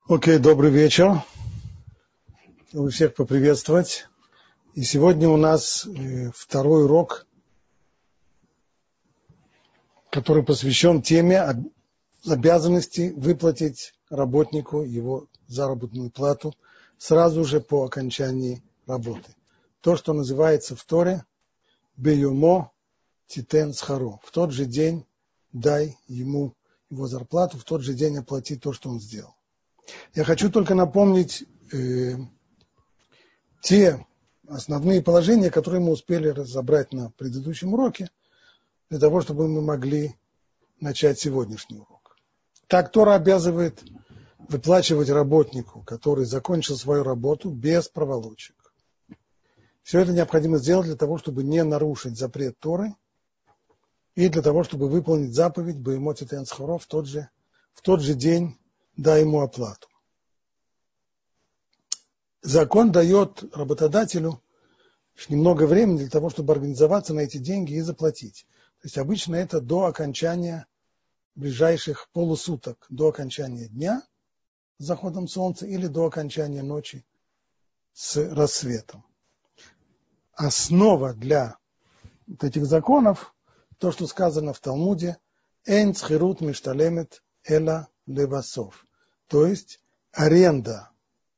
Окей, добрый вечер. Хочу всех поприветствовать. И сегодня у нас второй урок, который посвящен теме обязанности выплатить работнику его заработную плату сразу же по окончании работы. То, что называется в Торе «Бейомо титен схаро». В тот же день дай ему его зарплату, в тот же день оплати то, что он сделал. Я хочу только напомнить те основные положения, которые мы успели разобрать на предыдущем уроке, для того, чтобы мы могли начать сегодняшний урок. Так Тора обязывает выплачивать работнику, который закончил свою работу, без проволочек. Все это необходимо сделать для того, чтобы не нарушить запрет Торы и для того, чтобы выполнить заповедь «Бейомо титен схаро» в тот же день дай ему оплату. Закон дает работодателю немного времени для того, чтобы организоваться на эти деньги и заплатить. То есть обычно это до окончания ближайших полусуток, до окончания дня с заходом солнца или до окончания ночи с рассветом. Основа для вот этих законов, то, что сказано в Талмуде, «Эйн цхирут мишталемет эла левасов», то есть аренда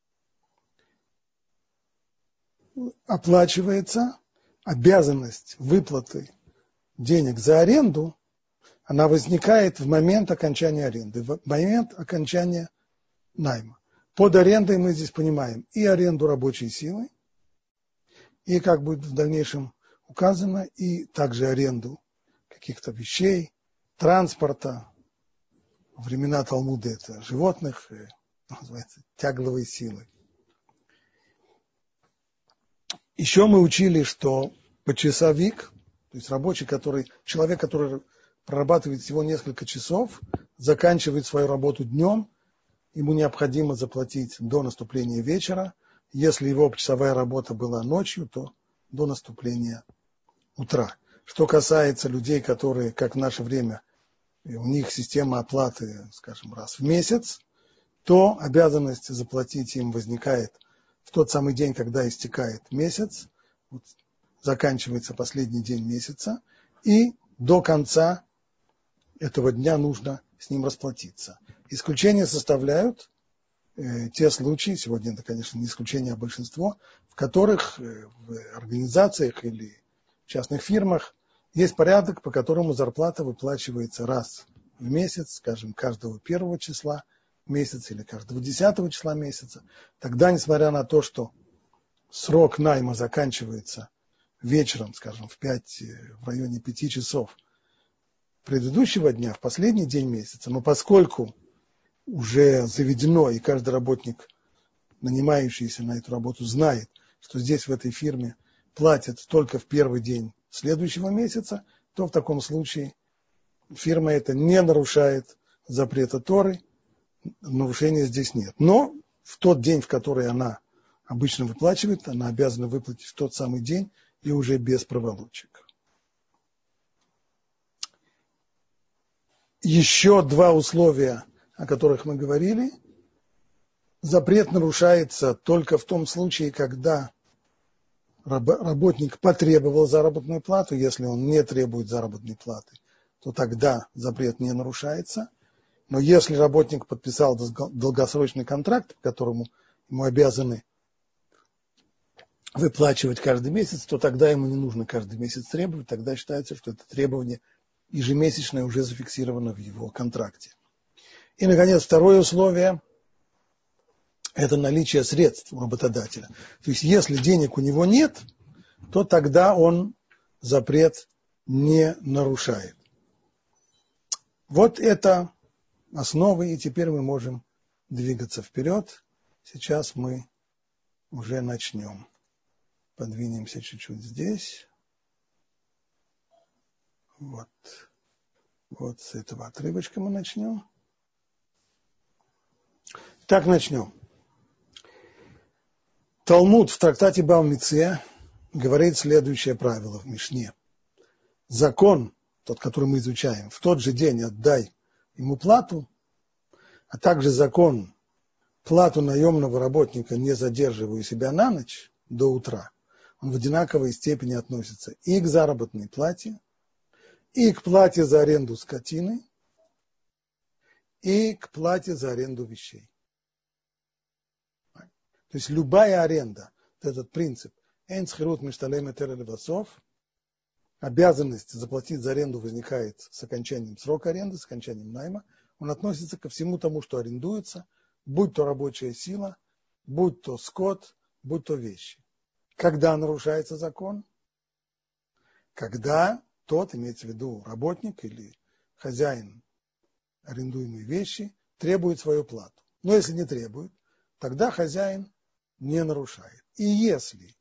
оплачивается, обязанность выплаты денег за аренду, она возникает в момент окончания аренды, в момент окончания найма. Под арендой мы здесь понимаем и аренду рабочей силы, и, как будет в дальнейшем указано, и также аренду каких-то вещей, транспорта. Во времена Талмуда это животных, называется, тягловой силы. Еще мы учили, что почасовик, то есть рабочий, человек, который прорабатывает всего несколько часов, заканчивает свою работу днем, ему необходимо заплатить до наступления вечера. Если его часовая работа была ночью, то до наступления утра. Что касается людей, которые, как в наше время, у них система оплаты, скажем, раз в месяц, то обязанность заплатить им возникает в тот самый день, когда истекает месяц, заканчивается последний день месяца, и до конца этого дня нужно с ним расплатиться. Исключение составляют те случаи, сегодня это, конечно, не исключение, а большинство, в которых в организациях или в частных фирмах есть порядок, по которому зарплата выплачивается раз в месяц, скажем, каждого 1 числа месяца или каждого 10 числа месяца. Тогда, несмотря на то, что срок найма заканчивается вечером, скажем, в районе 5 часов предыдущего дня, в последний день месяца, но поскольку уже заведено, и каждый работник, нанимающийся на эту работу, знает, что здесь, в этой фирме, платят только в первый день следующего месяца, то в таком случае фирма эта не нарушает запрета Торы, нарушения здесь нет. Но в тот день, в который она обычно выплачивает, она обязана выплатить в тот самый день и уже без проволочек. Еще два условия, о которых мы говорили. Запрет нарушается только в том случае, когда работник потребовал заработную плату. Если он не требует заработной платы, то тогда запрет не нарушается. Но если работник подписал долгосрочный контракт, по которому ему обязаны выплачивать каждый месяц, то тогда ему не нужно каждый месяц требовать, тогда считается, что это требование ежемесячное уже зафиксировано в его контракте. И, наконец, второе условие – это наличие средств у работодателя. То есть, если денег у него нет, то тогда он запрет не нарушает. Вот это основы, и теперь мы можем двигаться вперед. Сейчас мы уже начнем. Подвинемся чуть-чуть здесь. Вот с этого отрывочка мы начнем. Так, начнем. Талмуд в трактате Бава Меция говорит следующее правило в Мишне. Закон, тот, который мы изучаем, в тот же день отдай ему плату, а также закон плату наемного работника не задерживаю себя на ночь до утра, он в одинаковой степени относится и к заработной плате, и к плате за аренду скотины, и к плате за аренду вещей. То есть любая аренда, этот принцип, обязанность заплатить за аренду возникает с окончанием срока аренды, с окончанием найма, он относится ко всему тому, что арендуется, будь то рабочая сила, будь то скот, будь то вещи. Когда нарушается закон? Когда тот, имеется в виду работник или хозяин арендуемой вещи, требует свою плату. Но если не требует, тогда хозяин не нарушает. И если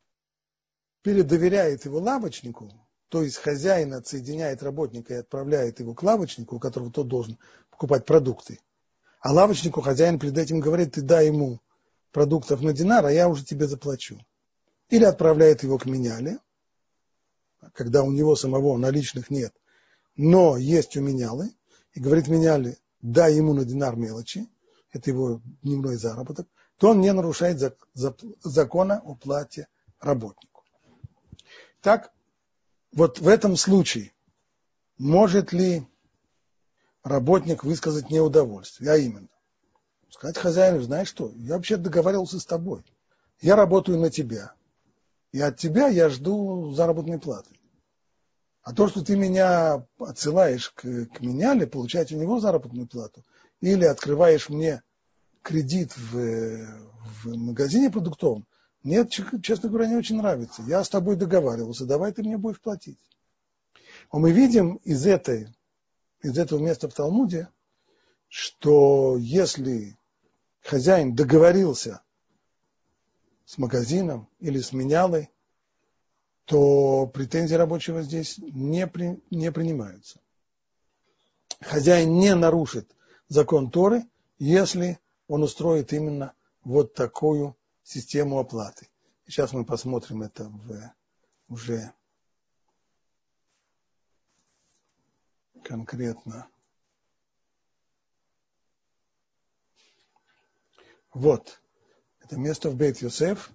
передоверяет его лавочнику, то есть хозяин отсоединяет работника и отправляет его к лавочнику, у которого тот должен покупать продукты, а лавочнику хозяин перед этим говорит: ты дай ему продуктов на динар, а я уже тебе заплачу. Или отправляет его к меняле, когда у него самого наличных нет, но есть у менялы, и говорит меняле: дай ему на динар мелочи, это его дневной заработок, то он не нарушает закона о плате работнику. Так, вот в этом случае может ли работник высказать неудовольствие, а именно сказать хозяину: знаешь что, я вообще договаривался с тобой, я работаю на тебя, и от тебя я жду заработной платы. А то, что ты меня отсылаешь к меняле, получать у него заработную плату, или открываешь мне кредит в магазине продуктовом, мне, честно говоря, не очень нравится. Я с тобой договаривался, давай ты мне будешь платить. А мы видим из этого места в Талмуде, что если хозяин договорился с магазином или с менялой, то претензии рабочего здесь не принимаются. Хозяин не нарушит закон Торы, если он устроит именно вот такую систему оплаты. Сейчас мы посмотрим это уже конкретно. Вот, это место в Бейт-Йосеф,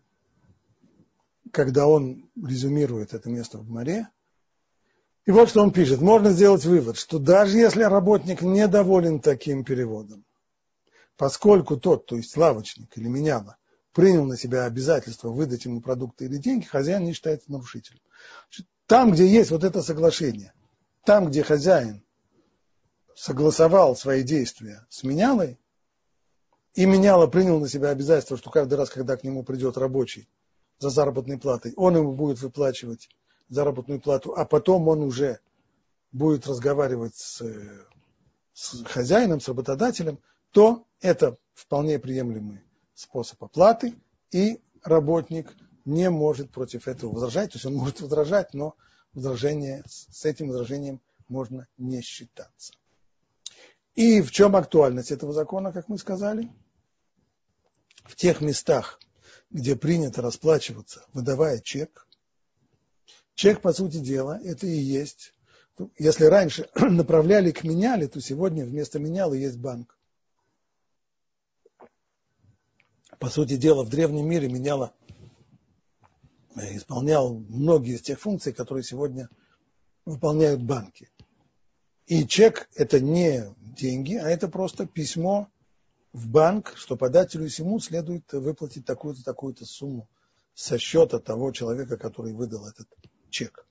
когда он резюмирует это место в Гмаре. И вот что он пишет. Можно сделать вывод, что даже если работник недоволен таким переводом, поскольку тот, то есть лавочник или меняла, принял на себя обязательство выдать ему продукты или деньги, хозяин не считается нарушителем. Там, где есть вот это соглашение, там, где хозяин согласовал свои действия с менялой, и меняла принял на себя обязательство, что каждый раз, когда к нему придет рабочий за заработной платой, он ему будет выплачивать заработную плату, а потом он уже будет разговаривать с хозяином, с работодателем, то это вполне приемлемый способ оплаты, и работник не может против этого возражать. То есть он может возражать, но с этим возражением можно не считаться. И в чем актуальность этого закона, как мы сказали? В тех местах, где принято расплачиваться, выдавая чек. Чек, по сути дела, это и есть. Если раньше направляли к меняле, то сегодня вместо менялы есть банк. По сути дела, в древнем мире меняла исполнял многие из тех функций, которые сегодня выполняют банки. И чек – это не деньги, а это просто письмо в банк, что подателю всему следует выплатить такую-то, такую-то сумму со счета того человека, который выдал этот чек.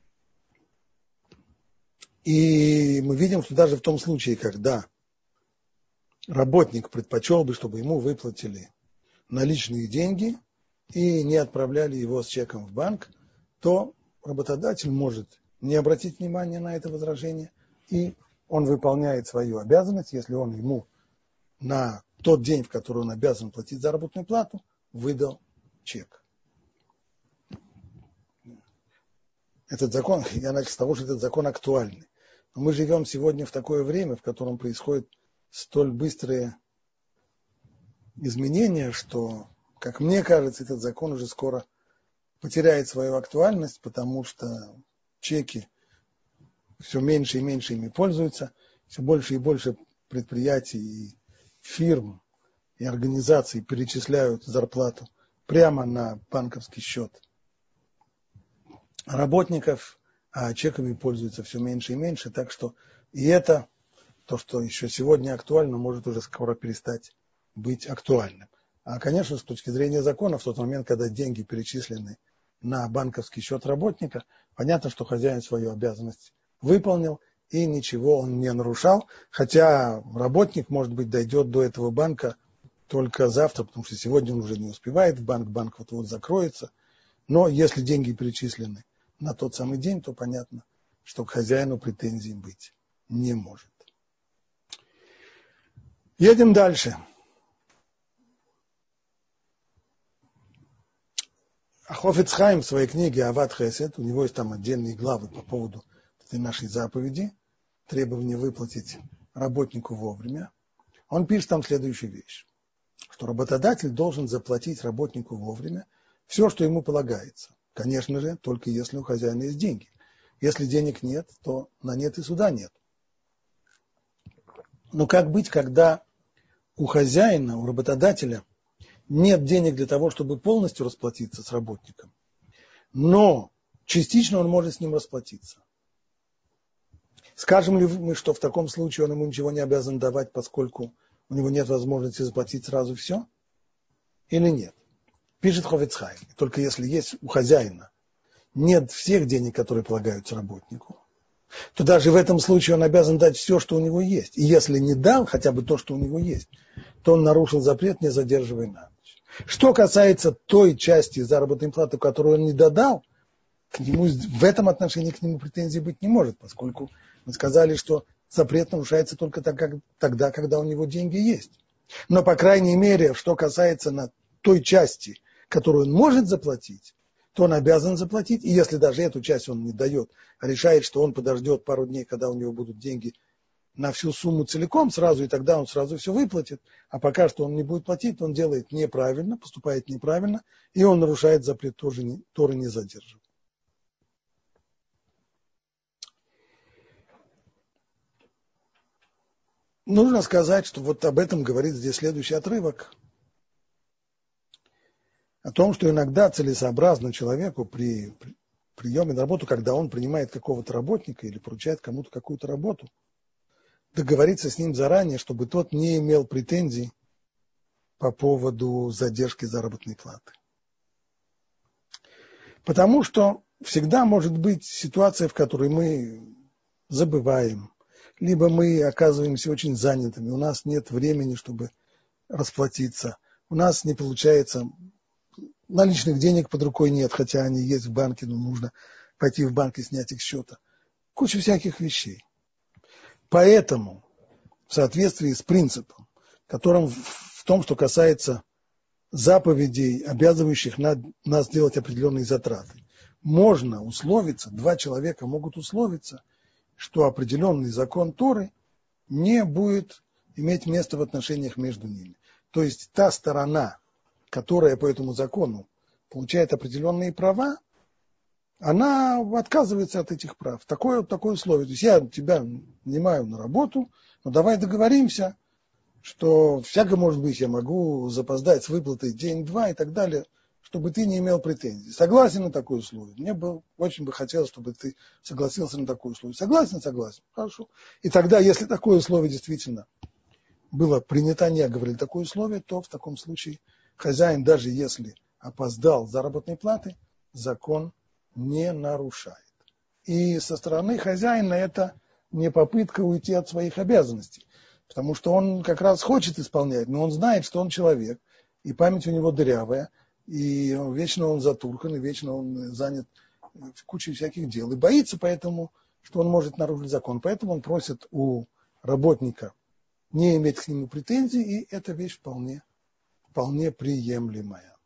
И мы видим, что даже в том случае, когда работник предпочел бы, чтобы ему выплатили наличные деньги и не отправляли его с чеком в банк, то работодатель может не обратить внимания на это возражение, и он выполняет свою обязанность, если он ему на тот день, в который он обязан платить заработную плату, выдал чек. Этот закон, я начал с того, что этот закон актуальный. Но мы живем сегодня в такое время, в котором происходят столь быстрые изменения, что, как мне кажется, этот закон уже скоро потеряет свою актуальность, потому что чеки все меньше и меньше ими пользуются, все больше и больше предприятий и фирм и организации перечисляют зарплату прямо на банковский счет работников, а чеками пользуются все меньше и меньше. Так что и это, то, что еще сегодня актуально, может уже скоро перестать быть актуальным. А, конечно, с точки зрения закона, в тот момент, когда деньги перечислены на банковский счет работника, понятно, что хозяин свою обязанность выполнил и ничего он не нарушал, хотя работник, может быть, дойдет до этого банка только завтра, потому что сегодня он уже не успевает в банк, банк вот-вот закроется. Но если деньги перечислены на тот самый день, то понятно, что к хозяину претензий быть не может. Едем дальше. Хофец Хаим в своей книге «Ават Хесед», у него есть там отдельные главы по поводу этой нашей заповеди, требования выплатить работнику вовремя. Он пишет там следующую вещь, что работодатель должен заплатить работнику вовремя все, что ему полагается. Конечно же, только если у хозяина есть деньги. Если денег нет, то на нет и суда нет. Но как быть, когда у хозяина, у работодателя нет денег для того, чтобы полностью расплатиться с работником, но частично он может с ним расплатиться? Скажем ли мы, что в таком случае он ему ничего не обязан давать, поскольку у него нет возможности заплатить сразу все? Или нет? Пишет Хофец Хаим, только если есть у хозяина нет всех денег, которые полагаются работнику, то даже в этом случае он обязан дать все, что у него есть. И если не дал хотя бы то, что у него есть, то он нарушил запрет, не задерживая на ночь. Что касается той части заработной платы, которую он не додал, к нему, в этом отношении к нему претензий быть не может, поскольку мы сказали, что запрет нарушается только тогда, когда у него деньги есть. Но, по крайней мере, что касается той части, которую он может заплатить, то он обязан заплатить. И если даже эту часть он не дает, а решает, что он подождет пару дней, когда у него будут деньги на всю сумму целиком сразу, и тогда он сразу все выплатит, а пока что он не будет платить, он делает неправильно, поступает неправильно, и он нарушает запрет Торы не задерживать. Нужно сказать, что вот об этом говорит здесь следующий отрывок, о том, что иногда целесообразно человеку при приеме на работу, когда он принимает какого-то работника или поручает кому-то какую-то работу, договориться с ним заранее, чтобы тот не имел претензий по поводу задержки заработной платы. Потому что всегда может быть ситуация, в которой мы забываем, либо мы оказываемся очень занятыми, у нас нет времени, чтобы расплатиться, у нас не получается, наличных денег под рукой нет, хотя они есть в банке, но нужно пойти в банк и снять их с счета. Куча всяких вещей. Поэтому, в соответствии с принципом, которым в том, что касается заповедей, обязывающих нас делать определенные затраты, можно условиться, два человека могут условиться, что определенный закон Торы не будет иметь места в отношениях между ними. То есть та сторона, которая по этому закону получает определенные права, она отказывается от этих прав. Такое условие. То есть я тебя нанимаю на работу, но давай договоримся, что всякое может быть, я могу запоздать с выплатой день-два и так далее, чтобы ты не имел претензий. Согласен на такое условие? Мне бы очень хотелось, чтобы ты согласился на такое условие. Согласен? Хорошо. И тогда, если такое условие действительно было принято, они говорили такое условие, то в таком случае хозяин, даже если опоздал с заработной платы, закон не нарушает. И со стороны хозяина это не попытка уйти от своих обязанностей, потому что он как раз хочет исполнять, но он знает, что он человек, и память у него дырявая, и вечно он затуркан, и вечно он занят кучей всяких дел, и боится поэтому, что он может нарушить закон. Поэтому он просит у работника не иметь к нему претензий, и эта вещь вполне приемлемая.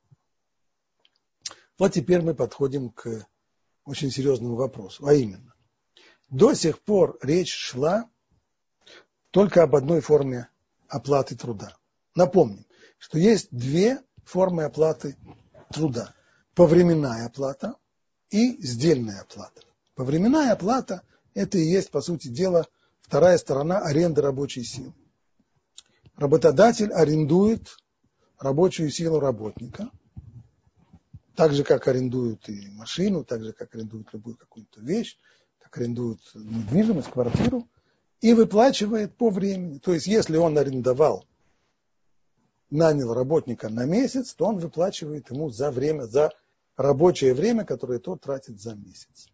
Вот теперь мы подходим к очень серьезному вопросу, а именно, до сих пор речь шла только об одной форме оплаты труда. Напомним, что есть две формы оплаты труда. Повременная оплата и сдельная оплата. Повременная оплата – это и есть, по сути дела, вторая сторона аренды рабочей силы. Работодатель арендует рабочую силу работника, так же, как арендуют и машину, так же, как арендуют любую какую-то вещь, как арендуют недвижимость, квартиру, и выплачивает по времени. То есть, если он арендовал, нанял работника на месяц, то он выплачивает ему за рабочее время, которое тот тратит за месяц.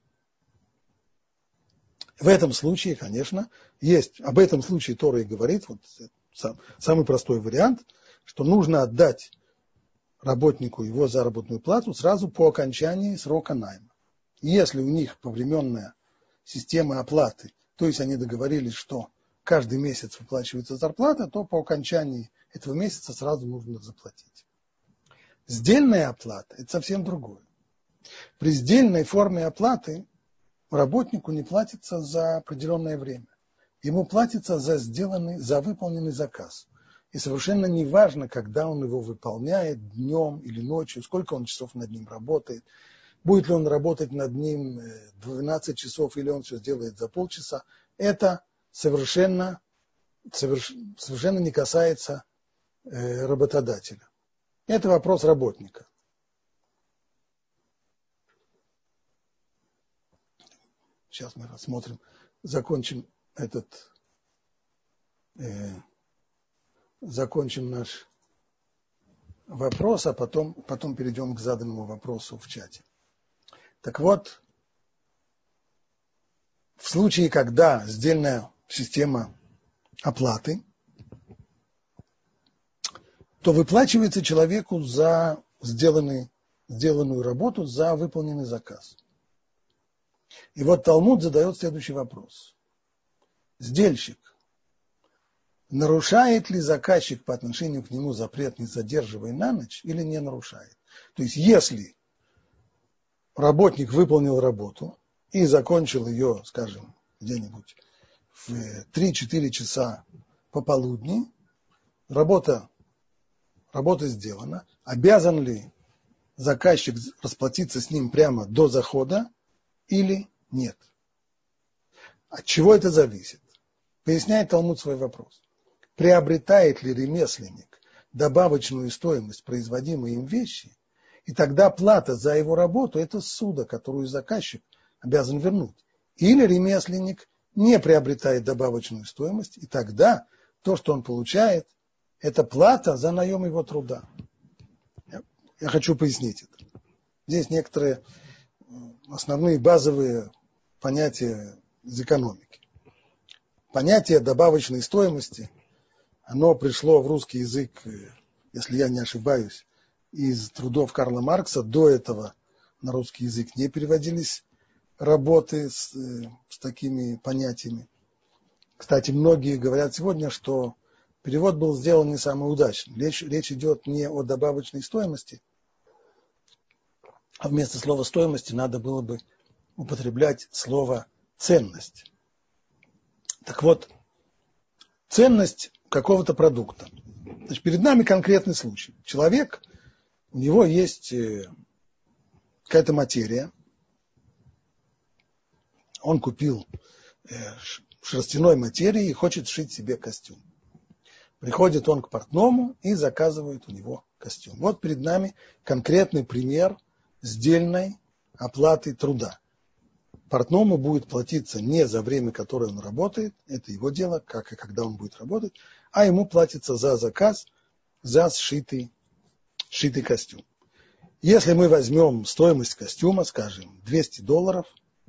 В этом случае, конечно, об этом случае Тора и говорит, вот самый простой вариант, что нужно отдать работнику его заработную плату сразу по окончании срока найма. Если у них повременная система оплаты, то есть они договорились, что каждый месяц выплачивается зарплата, то по окончании этого месяца сразу нужно заплатить. Сдельная оплата – это совсем другое. При сдельной форме оплаты работнику не платится за определенное время. Ему платится за выполненный заказ. И совершенно не важно, когда он его выполняет, днем или ночью, сколько он часов над ним работает, будет ли он работать над ним 12 часов или он все сделает за полчаса. Это совершенно не касается работодателя. Это вопрос работника. Сейчас мы рассмотрим, закончим наш вопрос, а потом перейдем к заданному вопросу в чате. Так вот, в случае, когда сдельная система оплаты, то выплачивается человеку за сделанную работу, за выполненный заказ. И вот Талмуд задает следующий вопрос. Сдельщик, нарушает ли заказчик по отношению к нему запрет «не задерживай на ночь» или не нарушает? То есть, если работник выполнил работу и закончил ее, скажем, где-нибудь в 3-4 часа пополудни, работа сделана, обязан ли заказчик расплатиться с ним прямо до захода или нет? От чего это зависит? Поясняет Талмуд свой вопрос. Приобретает ли ремесленник добавочную стоимость производимой им вещи, и тогда плата за его работу – это ссуда, которую заказчик обязан вернуть. Или ремесленник не приобретает добавочную стоимость, и тогда то, что он получает, это плата за наем его труда. Я хочу пояснить это. Здесь некоторые основные базовые понятия из экономики. Понятие добавочной стоимости, оно пришло в русский язык, если я не ошибаюсь, из трудов Карла Маркса. До этого на русский язык не переводились работы с такими понятиями. Кстати, многие говорят сегодня, что перевод был сделан не самый удачный. Речь идет не о добавочной стоимости, а вместо слова «стоимости» надо было бы употреблять слово «ценность». Так вот, ценность какого-то продукта. Значит, перед нами конкретный случай. Человек, у него есть какая-то материя, он купил шерстяной материи и хочет сшить себе костюм. Приходит он к портному и заказывает у него костюм. Вот перед нами конкретный пример сдельной оплаты труда. Портному будет платиться не за время, которое он работает, это его дело, как и когда он будет работать, а ему платится за заказ, за сшитый костюм. Если мы возьмем стоимость костюма, скажем, $200,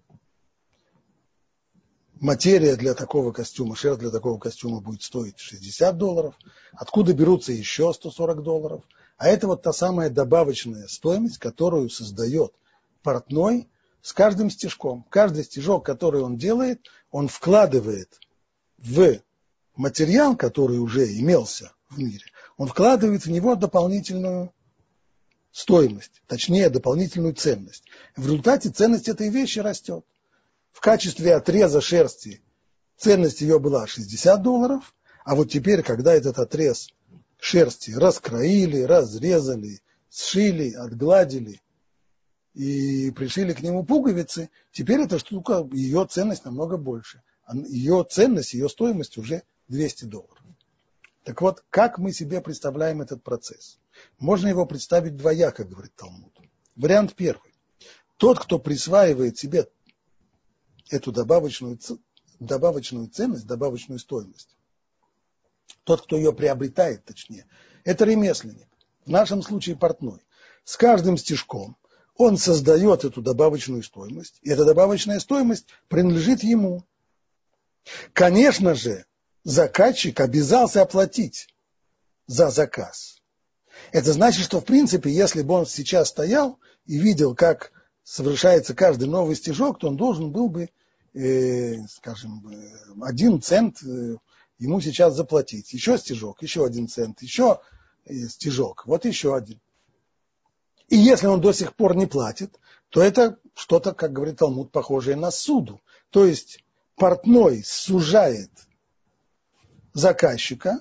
материя для такого костюма, шерсть для такого костюма будет стоить $60, откуда берутся еще $140, а это вот та самая добавочная стоимость, которую создает портной с каждым стежком. Каждый стежок, который он делает, он вкладывает в материал, который уже имелся в мире, он вкладывает в него дополнительную стоимость, точнее дополнительную ценность. В результате ценность этой вещи растет. В качестве отреза шерсти ценность ее была $60, а вот теперь, когда этот отрез шерсти раскроили, разрезали, сшили, отгладили и пришили к нему пуговицы, теперь эта штука, ее ценность намного больше. Ее ценность, ее стоимость уже $200. Так вот, как мы себе представляем этот процесс? Можно его представить двояко, говорит Талмуд. Вариант первый. Тот, кто присваивает себе эту добавочную ценность, добавочную стоимость, тот, кто ее приобретает, точнее, это ремесленник, в нашем случае портной. С каждым стежком он создает эту добавочную стоимость, и эта добавочная стоимость принадлежит ему. Конечно же, заказчик обязался оплатить за заказ. Это значит, что в принципе, если бы он сейчас стоял и видел, как совершается каждый новый стежок, то он должен был бы, скажем, 1 цент ему сейчас заплатить. Еще стежок, еще 1 цент, еще стежок, вот еще один. И если он до сих пор не платит, то это что-то, как говорит Талмуд, похожее на суду. То есть портной сужает заказчика,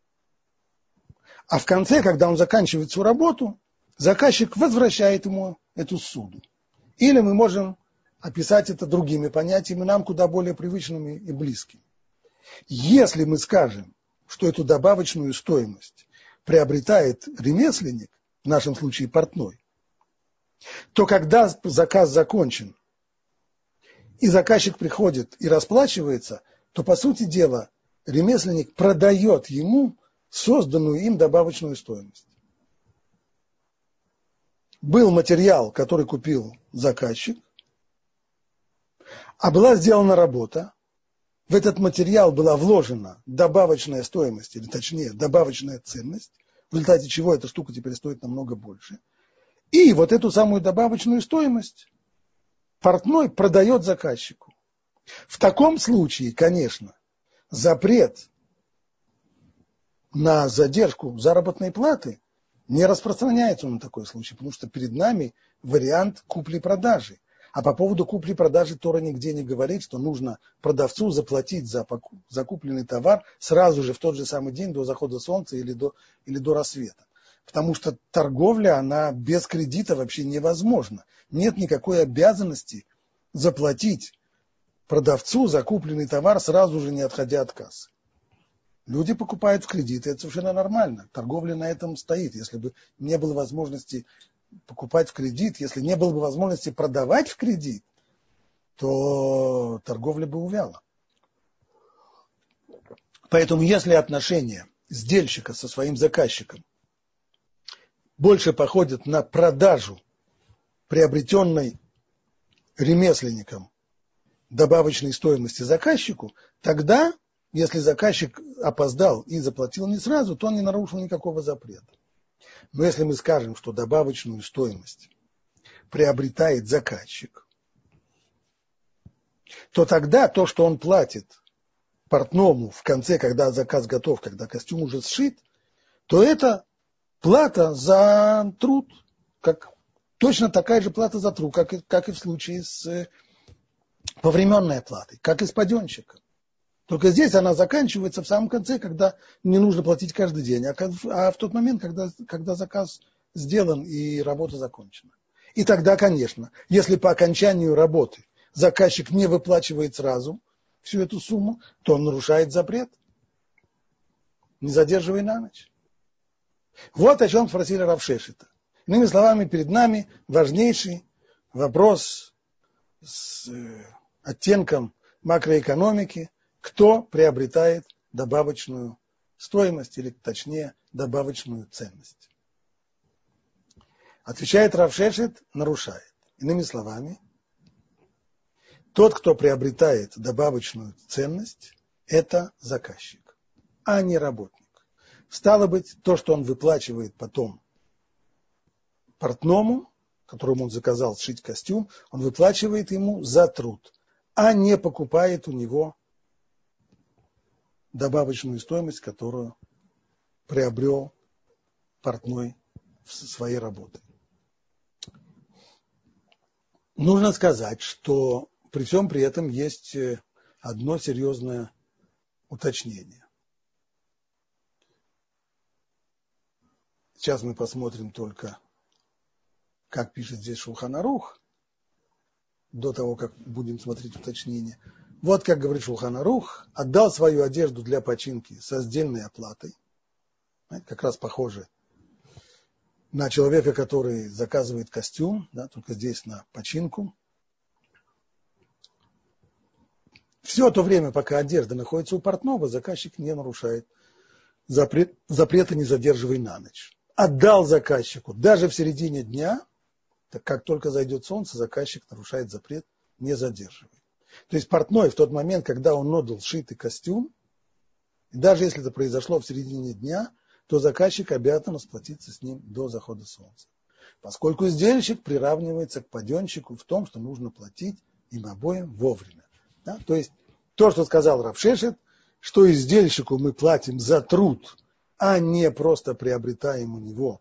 а в конце, когда он заканчивает свою работу, заказчик возвращает ему эту суду. Или мы можем описать это другими понятиями, нам куда более привычными и близкими. Если мы скажем, что эту добавочную стоимость приобретает ремесленник, в нашем случае портной, то когда заказ закончен, и заказчик приходит и расплачивается, то, по сути дела, ремесленник продает ему созданную им добавочную стоимость. Был материал, который купил заказчик, а была сделана работа. В этот материал была вложена добавочная стоимость, или точнее добавочная ценность, в результате чего эта штука теперь стоит намного больше. И вот эту самую добавочную стоимость портной продает заказчику. В таком случае, конечно, запрет на задержку заработной платы не распространяется на такой случай, потому что перед нами вариант купли-продажи. А по поводу купли-продажи Тора нигде не говорит, что нужно продавцу заплатить за купленный товар сразу же в тот же самый день до захода солнца или до рассвета. Потому что торговля, она без кредита вообще невозможна. Нет никакой обязанности заплатить продавцу за купленный товар сразу же, не отходя от кассы. Люди покупают в кредит, и это совершенно нормально. Торговля на этом стоит. Если бы не было возможности покупать в кредит, если не было бы возможности продавать в кредит, то торговля бы увяла. Поэтому если отношения сдельщика со своим заказчиком больше походят на продажу приобретенной ремесленником добавочной стоимости заказчику, тогда, если заказчик опоздал и заплатил не сразу, то он не нарушил никакого запрета. Но если мы скажем, что добавочную стоимость приобретает заказчик, то тогда то, что он платит портному в конце, когда заказ готов, когда костюм уже сшит, то это плата за труд, точно такая же плата за труд, как и в случае с повременной оплатой, как и с паденщиком. Только здесь она заканчивается в самом конце, когда не нужно платить каждый день, а в тот момент, когда заказ сделан и работа закончена. И тогда, конечно, если по окончанию работы заказчик не выплачивает сразу всю эту сумму, то он нарушает запрет. Не задерживай на ночь. Вот о чем спросили Рав Шешета. Иными словами, перед нами важнейший вопрос с оттенком макроэкономики, кто приобретает добавочную стоимость, или точнее добавочную ценность. Отвечает Рав Шешет, нарушает. Иными словами, тот, кто приобретает добавочную ценность, это заказчик, а не работник. Стало быть, то, что он выплачивает потом портному, которому он заказал сшить костюм, он выплачивает ему за труд, а не покупает у него добавочную стоимость, которую приобрел портной в своей работе. Нужно сказать, что при всем при этом есть одно серьезное уточнение. Сейчас мы посмотрим только, как пишет здесь Шулхан Арух, до того, как будем смотреть уточнение. Вот как говорит Шулхан Арух: отдал свою одежду для починки со сдельной оплатой, Знаете, как раз похоже на человека, который заказывает костюм, да, только здесь на починку. Все то время, пока одежда находится у портного, заказчик не нарушает запрета «не задерживай на ночь». Отдал заказчику даже в середине дня, так как только зайдет солнце, заказчик нарушает запрет «не задерживай». То есть портной в тот момент, когда он отдал сшитый костюм, и даже если это произошло в середине дня, то заказчик обязан расплатиться с ним до захода солнца. Поскольку издельщик приравнивается к паденщику в том, что нужно платить им обоим вовремя. Да? То есть то, что сказал Рав Шешет, что издельщику мы платим за труд, а не просто приобретаем у него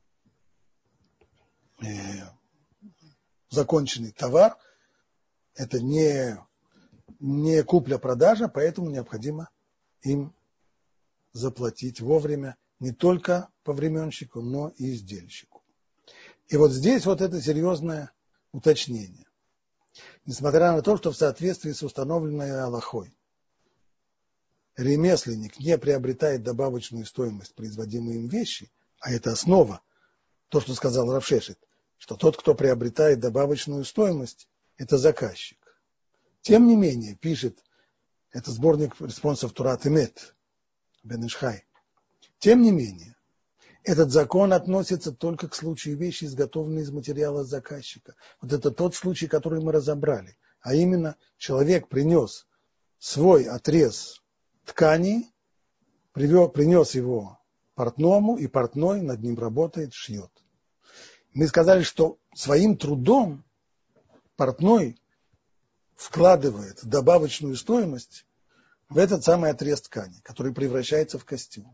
законченный товар, это не купля-продажа, поэтому необходимо им заплатить вовремя не только повременщику, но и издельщику. И вот здесь вот это серьезное уточнение. Несмотря на то, что в соответствии с установленной алахой ремесленник не приобретает добавочную стоимость производимой им вещи, а это основа, то, что сказал Рав Шешет, что тот, кто приобретает добавочную стоимость, это заказчик. Тем не менее, пишет, это сборник респонсов Турат Эмет, Бен Ишхай, тем не менее, этот закон относится только к случаю вещи, изготовленной из материала заказчика. Вот это тот случай, который мы разобрали. А именно, человек принес свой отрез ткани, принес его портному, и портной над ним работает, шьет. Мы сказали, что своим трудом портной вкладывает добавочную стоимость в этот самый отрез ткани, который превращается в костюм.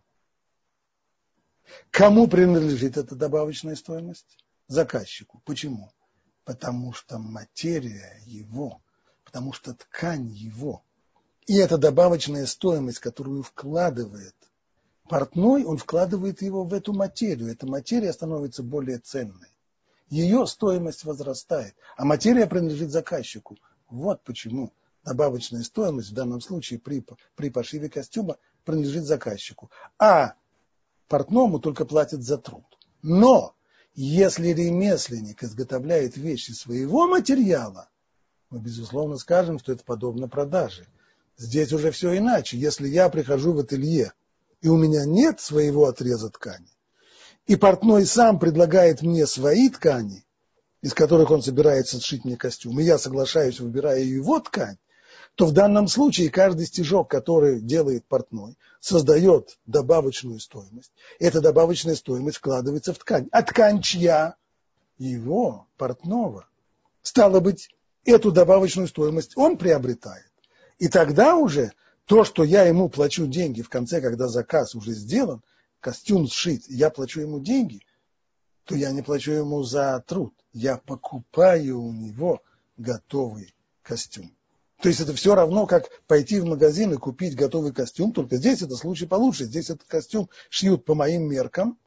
Кому принадлежит эта добавочная стоимость? Заказчику. Почему? Потому что материя его, потому что ткань его. И эта добавочная стоимость, которую вкладывает портной, он вкладывает его в эту материю. Эта материя становится более ценной. Ее стоимость возрастает, а материя принадлежит заказчику. Вот почему добавочная стоимость в данном случае при пошиве костюма принадлежит заказчику. А портному только платят за труд. Но если ремесленник изготовляет вещи своего материала, мы, безусловно, скажем, что это подобно продаже. Здесь уже все иначе. Если я прихожу в ателье, и у меня нет своего отреза ткани, и портной сам предлагает мне свои ткани, из которых он собирается сшить мне костюм, и я соглашаюсь, выбирая его ткань, то в данном случае каждый стежок, который делает портной, создает добавочную стоимость. Эта добавочная стоимость вкладывается в ткань. А ткань чья? Его, портного. Стало быть, эту добавочную стоимость он приобретает. И тогда уже то, что я ему плачу деньги в конце, когда заказ уже сделан, костюм сшит, и я плачу ему деньги, то я не плачу ему за труд. Я покупаю у него готовый костюм. То есть это все равно, как пойти в магазин и купить готовый костюм, только здесь это случай получше. Здесь этот костюм шьют по моим меркам,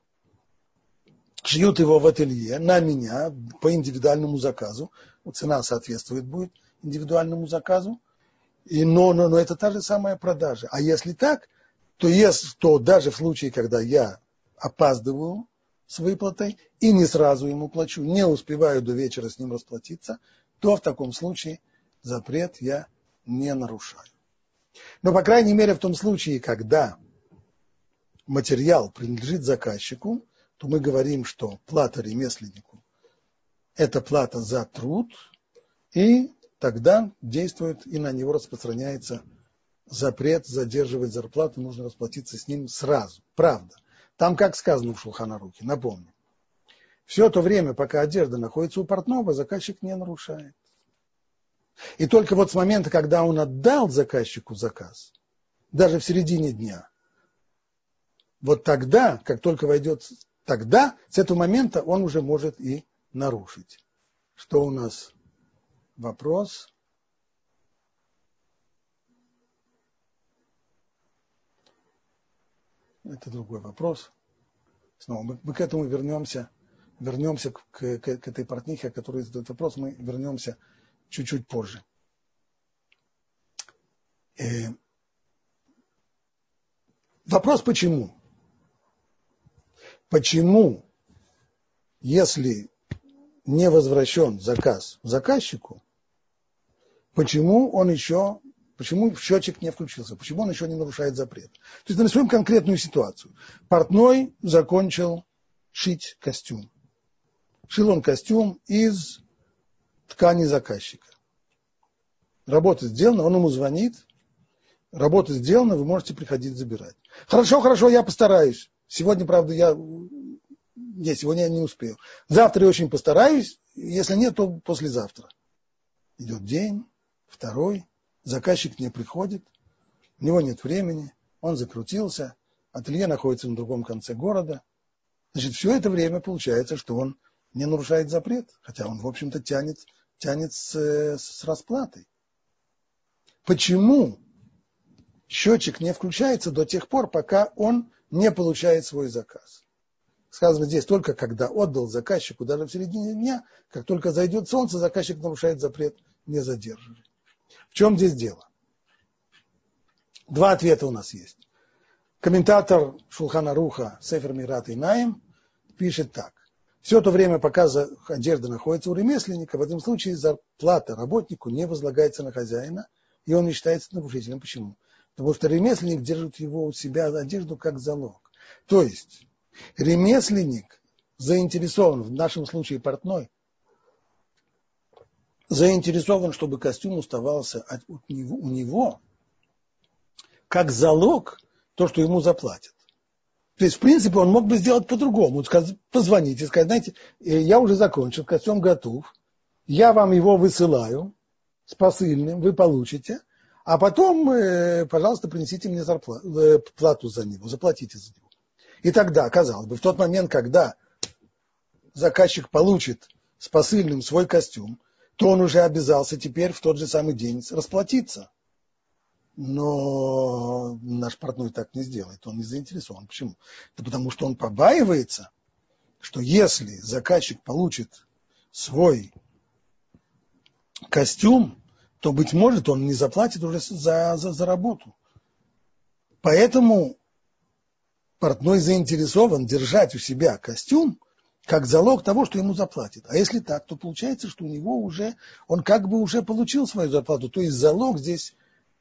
шьют его в ателье на меня по индивидуальному заказу. Цена соответствует будет индивидуальному заказу. Но это та же самая продажа. А если так, то даже в случае, когда я опаздываю с выплатой и не сразу ему плачу, не успеваю до вечера с ним расплатиться, то в таком случае запрет я не нарушаю. Но, по крайней мере, в том случае, когда материал принадлежит заказчику, то мы говорим, что плата ремесленнику – это плата за труд, и тогда действует и на него распространяется запрет задерживать зарплату, нужно расплатиться с ним сразу. Правда. Там, как сказано в Шулхан Арухе, напомню, все то время, пока одежда находится у портного, заказчик не нарушает. И только вот с момента, когда он отдал заказчику заказ, даже в середине дня, вот тогда, как только войдет, тогда, с этого момента он уже может и нарушить. Что у нас? Вопрос. Это другой вопрос. Снова мы к этому вернемся к этой портнихе, о которой задает вопрос, мы вернемся чуть-чуть позже. Вопрос почему? почему, если не возвращен заказ заказчику, почему счетчик не включился, почему он еще не нарушает запрет. То есть нарисуем конкретную ситуацию. Портной закончил шить костюм. Шил он костюм из ткани заказчика. Работа сделана, он ему звонит. Работа сделана, вы можете приходить забирать. Хорошо, я постараюсь. Сегодня, правда, сегодня я не успею. Завтра я очень постараюсь, если нет, то послезавтра. Идет день, второй, заказчик не приходит, у него нет времени, он закрутился, ателье находится на другом конце города. Значит, все это время получается, что он не нарушает запрет, хотя он, в общем-то, тянет с расплатой. Почему счетчик не включается до тех пор, пока он не получает свой заказ? Сказано здесь, только когда отдал заказчику, даже в середине дня, как только зайдет солнце, заказчик нарушает запрет, не задерживает. В чем здесь дело? Два ответа у нас есть. Комментатор Шулхан Аруха Сефер Мират Инаим пишет так. Все то время, пока одежда находится у ремесленника, в этом случае зарплата работнику не возлагается на хозяина, и он не считается нарушителем. Почему? Потому что ремесленник держит его у себя одежду как залог. То есть ремесленник заинтересован, в нашем случае портной, заинтересован, чтобы костюм оставался у него как залог то, что ему заплатят. То есть, в принципе, он мог бы сделать по-другому. Позвонить и сказать, знаете, я уже закончил, костюм готов, я вам его высылаю с посыльным, вы получите, а потом, пожалуйста, принесите мне плату за него, заплатите за него. И тогда, казалось бы, в тот момент, когда заказчик получит с посыльным свой костюм, то он уже обязался теперь в тот же самый день расплатиться. Но наш портной так не сделает, он не заинтересован. Почему? Да потому что он побаивается, что если заказчик получит свой костюм, то, быть может, он не заплатит уже за работу. Поэтому портной заинтересован держать у себя костюм как залог того, что ему заплатят. А если так, то получается, что у него он как бы уже получил свою зарплату. То есть залог здесь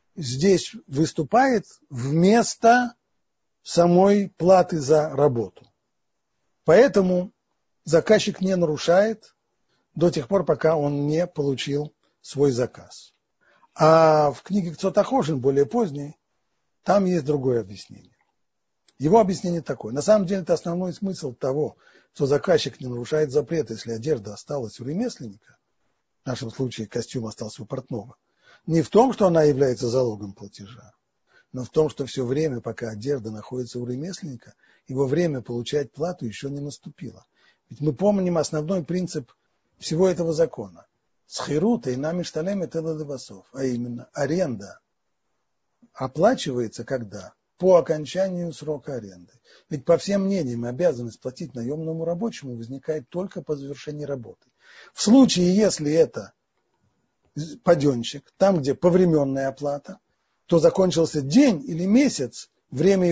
выступает вместо самой платы за работу. Поэтому заказчик не нарушает до тех пор, пока он не получил свой заказ. А в книге Кцот Ахошин, более поздней, там есть другое объяснение. Его объяснение такое. На самом деле это основной смысл того, что заказчик не нарушает запрет, если одежда осталась у ремесленника, в нашем случае костюм остался у портного, не в том, что она является залогом платежа, но в том, что все время, пока одежда находится у ремесленника, его время получать плату еще не наступило. Ведь мы помним основной принцип всего этого закона. Схирута и нами шталем это ладывасов, а именно аренда оплачивается когда? По окончанию срока аренды. Ведь по всем мнениям обязанность платить наемному рабочему возникает только по завершении работы. В случае, если это паденщик, там, где повременная оплата, то закончился день или месяц, время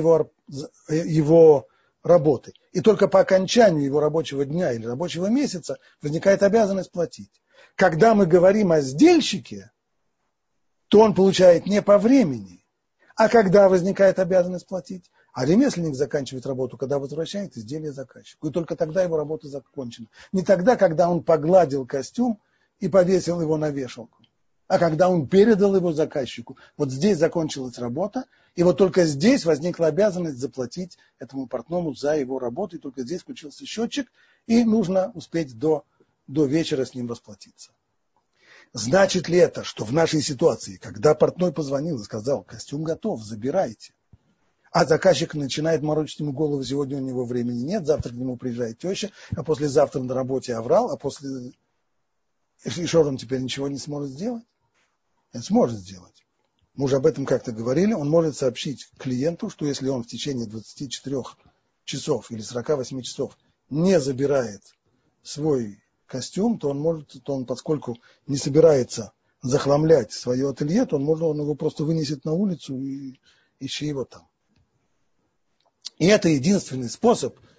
его работы. И только по окончанию его рабочего дня или рабочего месяца возникает обязанность платить. Когда мы говорим о сдельщике, то он получает не по времени, а когда возникает обязанность платить. А ремесленник заканчивает работу, когда возвращает изделие заказчику. И только тогда его работа закончена. Не тогда, когда он погладил костюм и повесил его на вешалку, а когда он передал его заказчику. Вот здесь закончилась работа, и вот только здесь возникла обязанность заплатить этому портному за его работу, и только здесь включился счетчик, и нужно успеть до вечера с ним расплатиться. Значит ли это, что в нашей ситуации, когда портной позвонил и сказал, костюм готов, забирайте, а заказчик начинает морочить ему голову, сегодня у него времени нет, завтра к нему приезжает теща, а послезавтра на работе оврал, а после... И что он теперь ничего не сможет сделать? Он сможет сделать. Мы уже об этом как-то говорили. Он может сообщить клиенту, что если он в течение 24 часов или 48 часов не забирает свой костюм, то он, поскольку не собирается захламлять свое ателье, то он его просто вынесет на улицу и ищи его там. И это единственный способ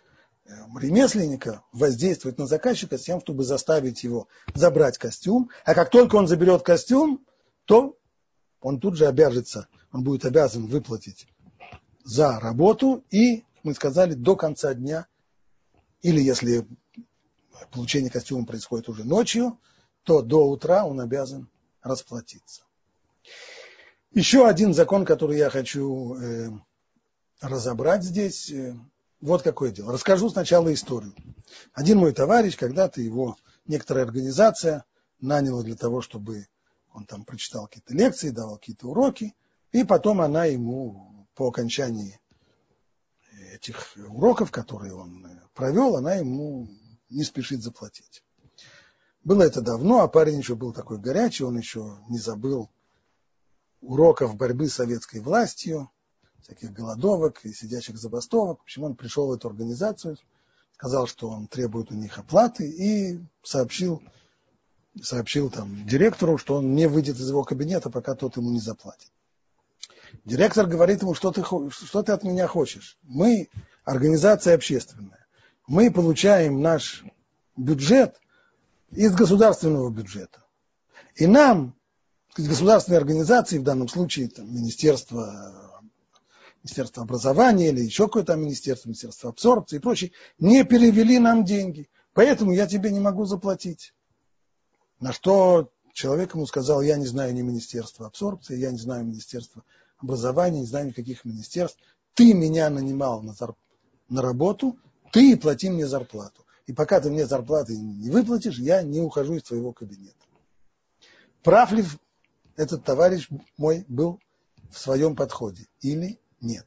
ремесленника воздействовать на заказчика с тем, чтобы заставить его забрать костюм. А как только он заберет костюм, то он тут же обяжется, он будет обязан выплатить за работу и, мы сказали, до конца дня, или если получение костюма происходит уже ночью, то до утра он обязан расплатиться. Еще один закон, который я хочу разобрать здесь, вот какое дело. Расскажу сначала историю. Один мой товарищ, когда-то его некоторая организация наняла для того, чтобы он там прочитал какие-то лекции, давал какие-то уроки, и потом она ему по окончании этих уроков, которые он провел, она ему не спешит заплатить. Было это давно, а парень еще был такой горячий, он еще не забыл уроков борьбы с советской властью, всяких голодовок и сидячих забастовок. В общем, он пришел в эту организацию, сказал, что он требует у них оплаты и сообщил там директору, что он не выйдет из его кабинета, пока тот ему не заплатит. Директор говорит ему, что ты от меня хочешь? Мы организация общественная. Мы получаем наш бюджет из государственного бюджета. И нам, из государственной организации, в данном случае там, Министерство образования или еще какое-то министерство абсорбции и прочее, не перевели нам деньги. Поэтому я тебе не могу заплатить. На что человек ему сказал: я не знаю ни Министерства абсорбции, я не знаю Министерства образования, не знаю никаких министерств. Ты меня нанимал на работу, ты плати мне зарплату. И пока ты мне зарплаты не выплатишь, я не ухожу из твоего кабинета. Прав ли этот товарищ мой был в своем подходе или нет?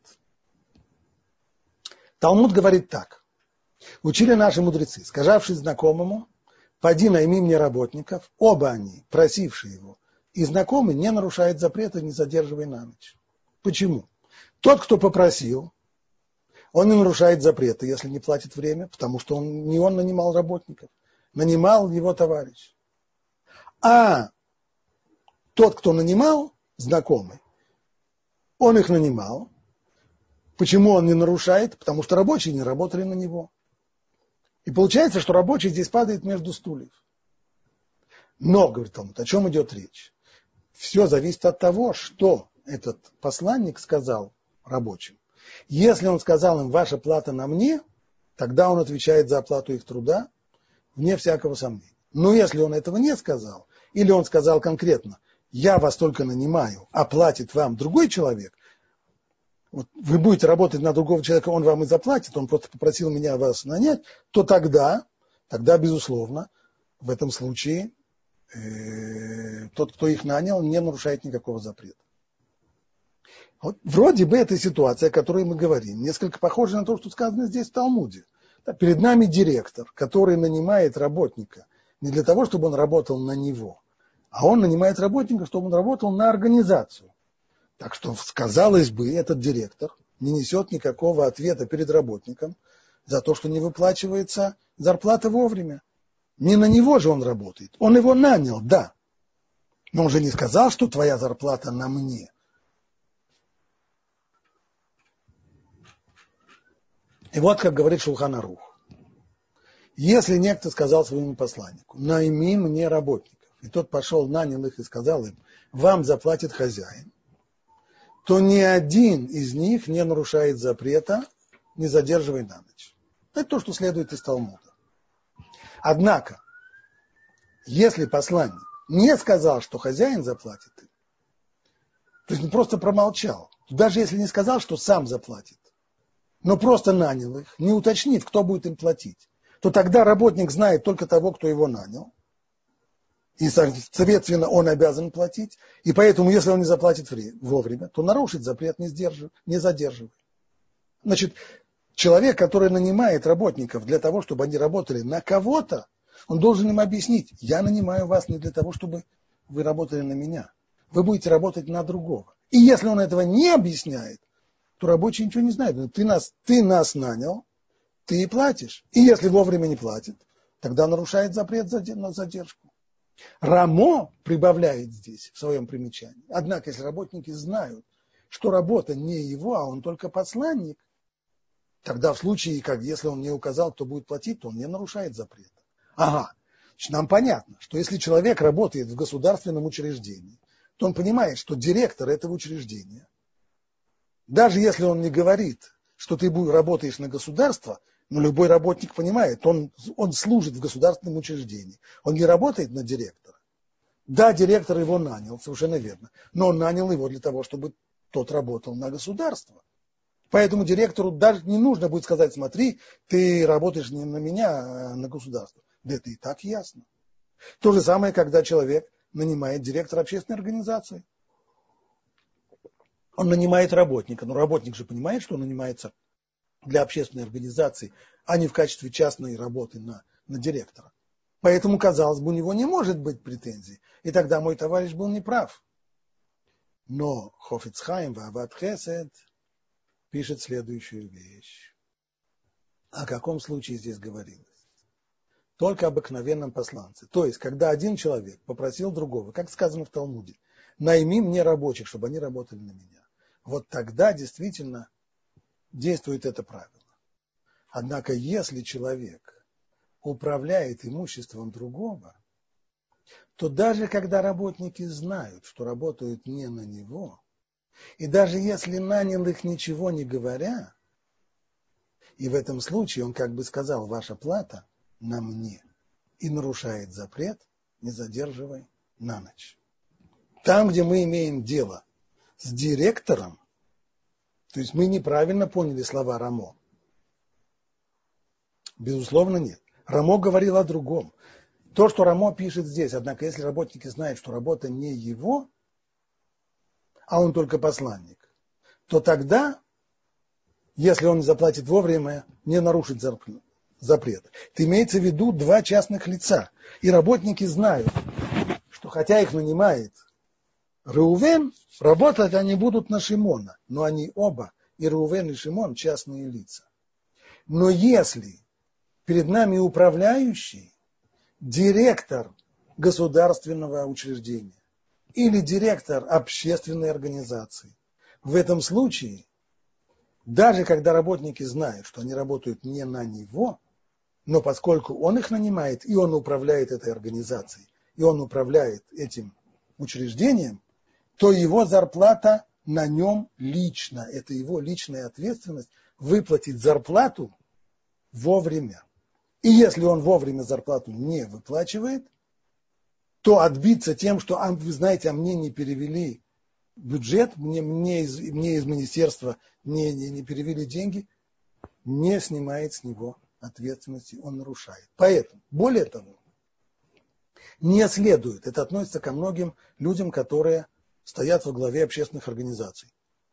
Талмуд говорит так. Учили наши мудрецы, сказавшись знакомому: поди найми мне работников, оба они, просившие его, и знакомый не нарушает запрета, не задерживай на ночь. Почему? Тот, кто попросил, он не нарушает запрета, если не платит время, потому что не он нанимал работников, нанимал его товарищ. А тот, кто нанимал, знакомый, он их нанимал. Почему он не нарушает? Потому что рабочие не работали на него. И получается, что рабочий здесь падает между стульев. Но, говорит Талмуд, о чем идет речь? Все зависит от того, что этот посланник сказал рабочим. Если он сказал им: ваша плата на мне, тогда он отвечает за оплату их труда, вне всякого сомнения. Но если он этого не сказал, или он сказал конкретно: я вас только нанимаю, а платит вам другой человек, вот вы будете работать на другого человека, он вам и заплатит, он просто попросил меня вас нанять, то тогда, безусловно, в этом случае тот, кто их нанял, не нарушает никакого запрета. Вот вроде бы эта ситуация, о которой мы говорим, несколько похожа на то, что сказано здесь в Талмуде. Перед нами директор, который нанимает работника не для того, чтобы он работал на него, а он нанимает работника, чтобы он работал на организацию. Так что, казалось бы, этот директор не несет никакого ответа перед работником за то, что не выплачивается зарплата вовремя. Не на него же он работает. Он его нанял, да. Но он же не сказал, что твоя зарплата на мне. И вот как говорит Шулхан Арух. Если некто сказал своему посланнику: найми мне работников, и тот пошел, нанял их и сказал им: вам заплатит хозяин, то ни один из них не нарушает запрета, не задерживай на ночь. Это то, что следует из Талмуда. Однако, если посланник не сказал, что хозяин заплатит им, то есть не просто промолчал, даже если не сказал, что сам заплатит, но просто нанял их, не уточнив, кто будет им платить, то тогда работник знает только того, кто его нанял, и, соответственно, он обязан платить, и поэтому, если он не заплатит вовремя, то нарушит запрет, не задерживай. Значит, человек, который нанимает работников для того, чтобы они работали на кого-то, он должен им объяснить: я нанимаю вас не для того, чтобы вы работали на меня, вы будете работать на другого. И если он этого не объясняет, то рабочий ничего не знает. Ты нас нанял, ты и платишь. И если вовремя не платит, тогда нарушает запрет на задержку. Рамо прибавляет здесь в своем примечании. Однако, если работники знают, что работа не его, а он только посланник, Тогда в случае, как если он не указал, кто будет платить, то он не нарушает запрета. Ага, значит, нам понятно, что если человек работает в государственном учреждении, то он понимает, что директор этого учреждения, даже если он не говорит, что ты работаешь на государство, но любой работник понимает, он служит в государственном учреждении, он не работает на директора. Да, директор его нанял, совершенно верно, но он нанял его для того, чтобы тот работал на государство. Поэтому директору даже не нужно будет сказать: смотри, ты работаешь не на меня, а на государство. Да это и так ясно. То же самое, когда человек нанимает директора общественной организации. Он нанимает работника, но работник же понимает, что он нанимается для общественной организации, а не в качестве частной работы на директора. Поэтому, казалось бы, у него не может быть претензий. И тогда мой товарищ был неправ. Но Хофец Хаим Ваават Хесед пишет следующую вещь. О каком случае здесь говорилось? Только об обыкновенном посланце. То есть, когда один человек попросил другого, как сказано в Талмуде, найми мне рабочих, чтобы они работали на меня. Вот тогда действительно действует это правило. Однако, если человек управляет имуществом другого, то даже когда работники знают, что работают не на него, и даже если нанял их, ничего не говоря, и в этом случае он как бы сказал: ваша плата на мне, и нарушает запрет, не задерживай на ночь. Там, где мы имеем дело с директором, то есть мы неправильно поняли слова Рамо. Безусловно, нет. Рамо говорил о другом. То, что Рамо пишет здесь, однако, если работники знают, что работа не его, а он только посланник, то тогда, если он не заплатит вовремя, не нарушит запрет. Это имеется в виду два частных лица. И работники знают, что хотя их нанимает Реувен, работать они будут на Шимона, но они оба, и Реувен, и Шимон, частные лица. Но если перед нами управляющий, директор государственного учреждения или директор общественной организации, в этом случае, даже когда работники знают, что они работают не на него, но поскольку он их нанимает, и он управляет этой организацией, и он управляет этим учреждением, то его зарплата на нем лично. Это его личная ответственность выплатить зарплату вовремя. И если он вовремя зарплату не выплачивает, то отбиться тем, что, вы знаете, а мне не перевели бюджет, мне из министерства не перевели деньги, не снимает с него ответственности, он нарушает. Поэтому, более того, не следует, это относится ко многим людям, которые стоят во главе общественных организаций.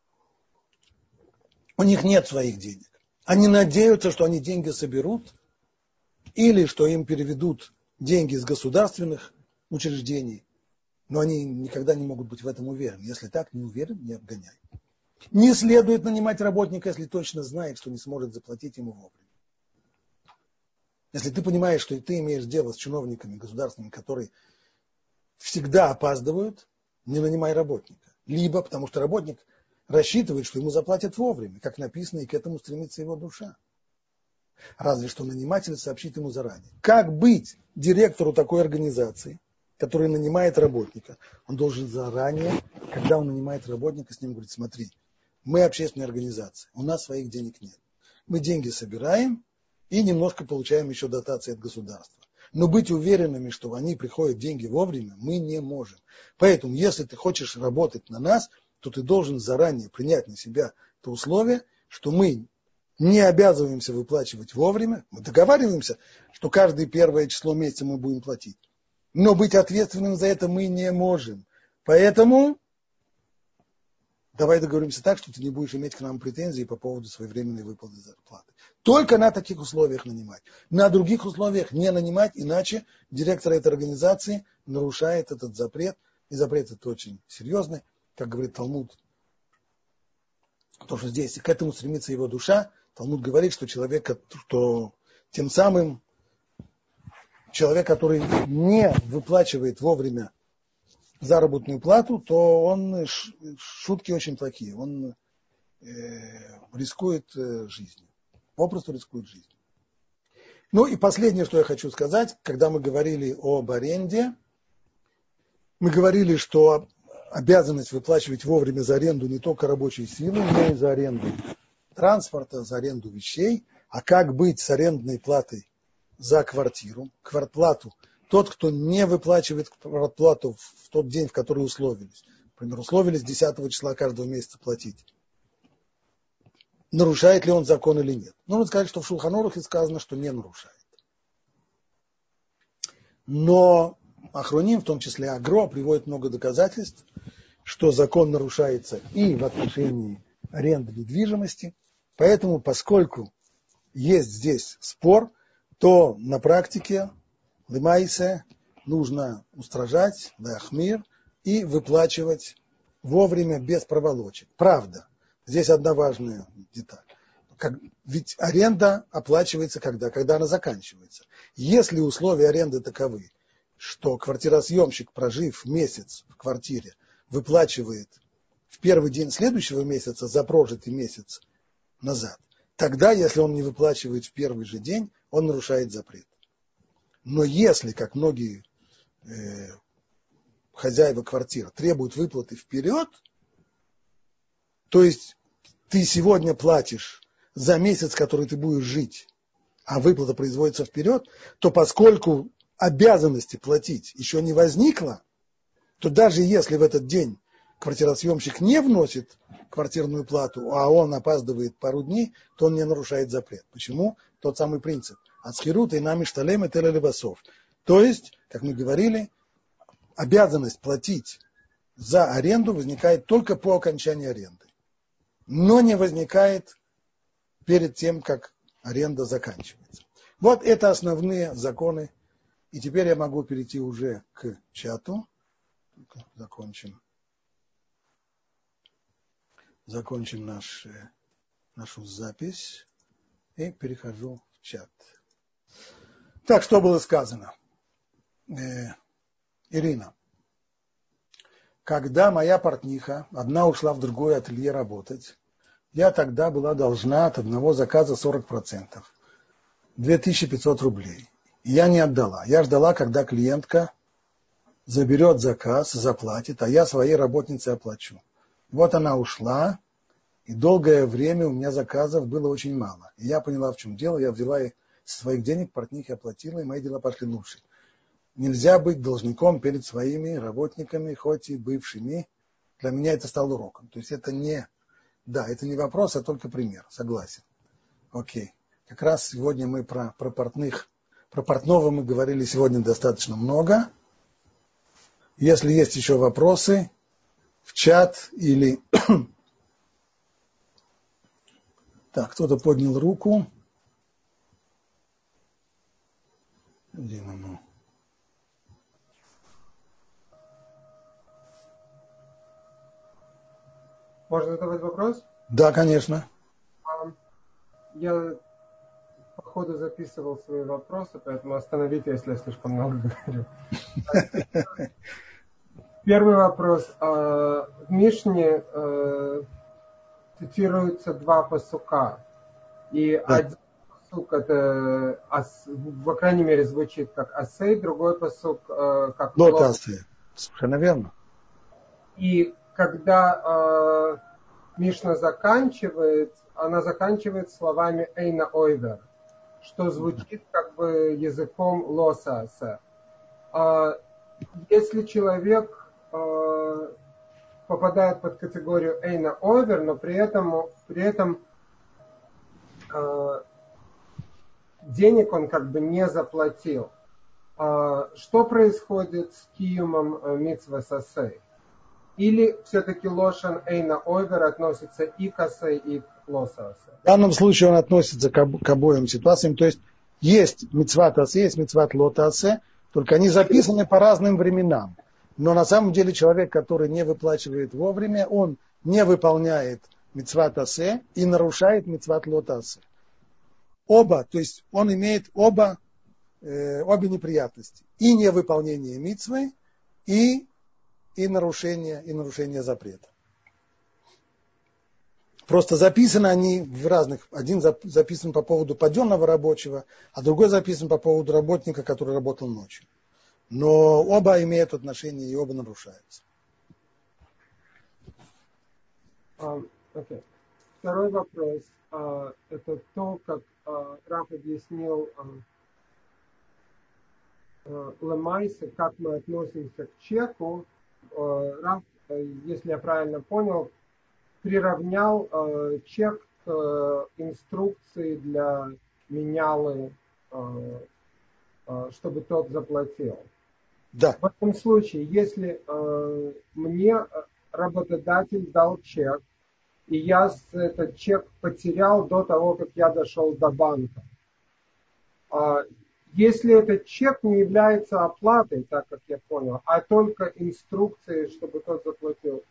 У них нет своих денег. Они надеются, что они деньги соберут, или что им переведут деньги из государственных учреждений, но они никогда не могут быть в этом уверены. Если так, не уверен, не обгоняй. Не следует нанимать работника, если точно знает, что не сможет заплатить ему вовремя. Если ты понимаешь, что ты имеешь дело с чиновниками государственными, которые всегда опаздывают, не нанимай работника. Либо потому что работник рассчитывает, что ему заплатят вовремя, как написано, и к этому стремится его душа. Разве что наниматель сообщит ему заранее. Как быть директору такой организации, который нанимает работника? Он должен заранее, когда он нанимает работника, с ним говорить: смотри, мы общественная организация, у нас своих денег нет. Мы деньги собираем и немножко получаем еще дотации от государства. Но быть уверенными, что они приходят деньги вовремя, мы не можем. Поэтому, если ты хочешь работать на нас, то ты должен заранее принять на себя то условие, что мы не обязываемся выплачивать вовремя. Мы договариваемся, что каждое первое число месяца мы будем платить. Но быть ответственным за это мы не можем. Поэтому давай договоримся так, что ты не будешь иметь к нам претензий по поводу своевременной выплаты зарплаты. Только на таких условиях нанимать. На других условиях не нанимать, иначе директор этой организации нарушает этот запрет. И запрет этот очень серьезный, как говорит Талмуд. То, что здесь к этому стремится его душа, Талмуд говорит, что что тем самым человек, который не выплачивает вовремя заработную плату, то шутки очень плохие, он рискует жизнью. попросту рискует жизнью. Ну и последнее, что я хочу сказать, когда мы говорили об аренде, мы говорили, что обязанность выплачивать вовремя за аренду не только рабочей силы, но и за аренду транспорта, за аренду вещей. А как быть с арендной платой за квартиру? Квартплату. Тот, кто не выплачивает квартплату в тот день, в который условились. Например, условились 10 числа каждого месяца платить. Нарушает ли он закон или нет? Нужно сказать, что в Шулхан Арухе сказано, что не нарушает. Но Ахроним, в том числе Агро, приводит много доказательств, что закон нарушается и в отношении аренды недвижимости. Поэтому, поскольку есть здесь спор, то на практике лемайсе нужно устражать, леахмир, и выплачивать вовремя без проволочек. Правда, здесь одна важная деталь. Ведь аренда оплачивается когда? Когда она заканчивается. Если условия аренды таковы, что квартиросъемщик, прожив месяц в квартире, выплачивает в первый день следующего месяца за прожитый месяц назад, тогда, если он не выплачивает в первый же день, он нарушает запрет. Но если, как многие хозяева квартир требуют выплаты вперед, то есть ты сегодня платишь за месяц, который ты будешь жить, а выплата производится вперед, то поскольку обязанности платить еще не возникло, то даже если в этот день квартиросъемщик не вносит квартирную плату, а он опаздывает пару дней, то он не нарушает запрет. Почему? Тот самый принцип. Ацхирут и нами шталем и телелебасов. То есть, как мы говорили, обязанность платить за аренду возникает только по окончании аренды, но не возникает перед тем, как аренда заканчивается. Вот это основные законы. И теперь я могу перейти уже к чату. Закончим нашу запись и перехожу в чат. Так, что было сказано? Ирина, когда моя портниха, одна ушла в другое ателье работать, я тогда была должна от одного заказа 40%, 2500 рублей. И я не отдала. Я ждала, когда клиентка заберет заказ, заплатит, а я своей работнице оплачу. Вот она ушла, и долгое время у меня заказов было очень мало. И я поняла, в чем дело. Я взяла и со своих денег портнихе оплатила, и мои дела пошли лучше. Нельзя быть должником перед своими работниками, хоть и бывшими. Для меня это стало уроком. То есть это не вопрос, а только пример. Согласен. Окей. Как раз сегодня мы про портного мы говорили сегодня достаточно много. Если есть еще вопросы, в чат или... Так, кто-то поднял руку. Можно задавать вопрос? Да, конечно. Я по ходу записывал свои вопросы, поэтому остановите, если я слишком много говорю. Первый вопрос. В Мишне цитируются два пасука. И один пасук, это, по крайней мере, звучит как асей, другой пасук как лот асей. Совершенно верно. И когда Мишна заканчивает, она заканчивает словами «эйна ойвер», что звучит как бы языком лосаасе. Если человек попадает под категорию «эйна ойвер», но при этом денег он как бы не заплатил, что происходит с киюмом мицвы сасей? Или все-таки лошан эйна ойвер относится и к асей, и к лосаасе? В данном случае он относится к обоим ситуациям. То есть мицват асе, есть мицват лотаасе, только они записаны по разным временам. Но на самом деле человек, который не выплачивает вовремя, он не выполняет мицват асе и нарушает мицват лотаасе. То есть он имеет обе неприятности. И невыполнение мицвы, и нарушение запрета. Просто записаны они в разных. Один записан по поводу паденного рабочего, а другой записан по поводу работника, который работал ночью. Но оба имеют отношение и оба нарушаются. Okay. Второй вопрос. Это то, как Раф объяснил Ламайсе, как мы относимся к чеку. Раф, если я правильно понял, приравнял чек к инструкции для менялы, чтобы тот заплатил. Да. В этом случае, если мне работодатель дал чек, и я этот чек потерял до того, как я дошел до банка, если этот чек не является оплатой, так как я понял, а только инструкцией, чтобы тот заплатил,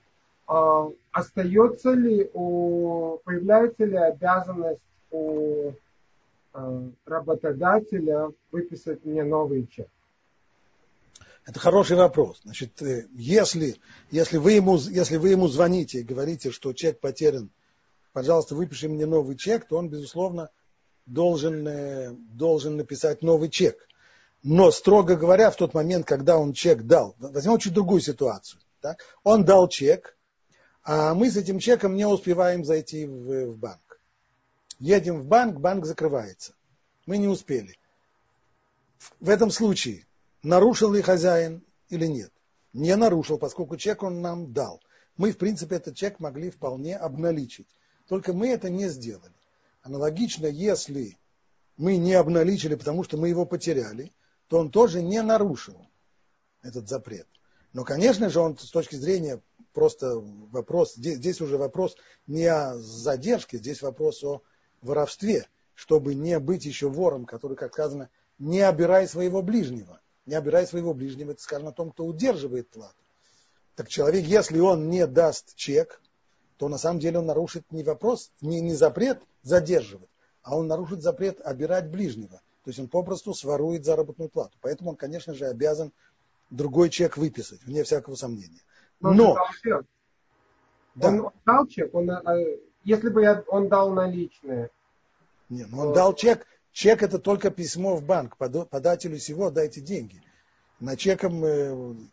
появляется ли обязанность у работодателя выписать мне новый чек? Это хороший вопрос. Значит, если вы ему звоните и говорите, что чек потерян, пожалуйста, выпиши мне новый чек, то он, безусловно, должен написать новый чек. Но, строго говоря, в тот момент, когда он чек дал, возьмем чуть другую ситуацию. Так? Он дал чек, а мы с этим чеком не успеваем зайти в банк. Едем в банк, банк закрывается. Мы не успели. В этом случае нарушил ли хозяин или нет? Не нарушил, поскольку чек он нам дал. Мы, в принципе, этот чек могли вполне обналичить. Только мы это не сделали. Аналогично, если мы не обналичили, потому что мы его потеряли, то он тоже не нарушил этот запрет. Но, конечно же, он с точки зрения просто вопрос, здесь уже вопрос не о задержке, здесь вопрос о воровстве, чтобы не быть еще вором, который, как сказано, не обирай своего ближнего. Не обирай своего ближнего, это сказано о том, кто удерживает плату. Так человек, если он не даст чек, то на самом деле он нарушит не запрет задерживать, а он нарушит запрет обирать ближнего. То есть он попросту сворует заработную плату. Поэтому он, конечно же, обязан другой чек выписать, вне всякого сомнения. Но да. Он дал чек, если бы он дал наличные. Нет, он дал чек. Чек это только письмо в банк. Подателю всего дайте деньги. На чеком он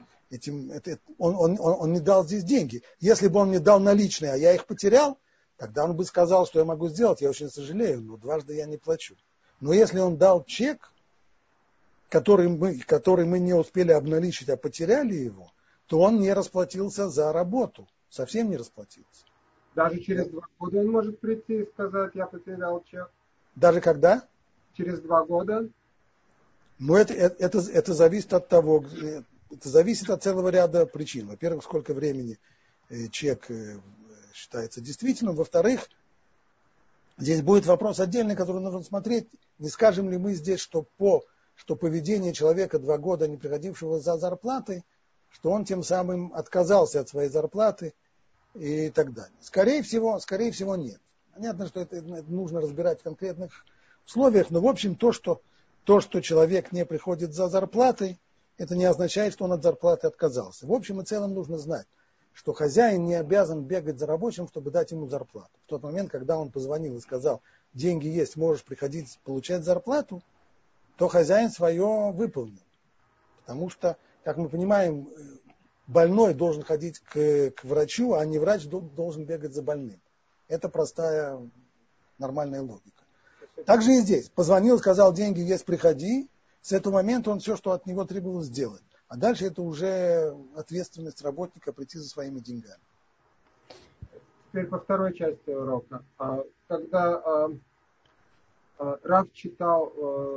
не дал здесь деньги. Если бы он мне дал наличные, а я их потерял, тогда он бы сказал, что я могу сделать, я очень сожалею, но дважды я не плачу. Но если он дал чек, который мы не успели обналичить, а потеряли его, то он не расплатился за работу. Совсем не расплатился. Даже через 2 года он может прийти и сказать, я потерял чек? Даже когда? Через 2 года. Но это зависит от того, это зависит от целого ряда причин. Во-первых, сколько времени чек считается действительным. Во-вторых, здесь будет вопрос отдельный, который нужно смотреть. Не скажем ли мы здесь, что поведение человека 2 года, не приходившего за зарплатой, что он тем самым отказался от своей зарплаты и так далее. Скорее всего нет. Понятно, что это нужно разбирать в конкретных условиях, но в общем то, что человек не приходит за зарплатой, это не означает, что он от зарплаты отказался. В общем и целом нужно знать, что хозяин не обязан бегать за рабочим, чтобы дать ему зарплату. В тот момент, когда он позвонил и сказал, деньги есть, можешь приходить получать зарплату, то хозяин свое выполнил. Потому что, как мы понимаем, больной должен ходить к врачу, а не врач должен бегать за больным. Это простая, нормальная логика. Так же и здесь. Позвонил, сказал, деньги есть, приходи. С этого момента он все, что от него требовалось, сделать. А дальше это уже ответственность работника прийти за своими деньгами. Теперь по второй части урока. Когда Рав читал,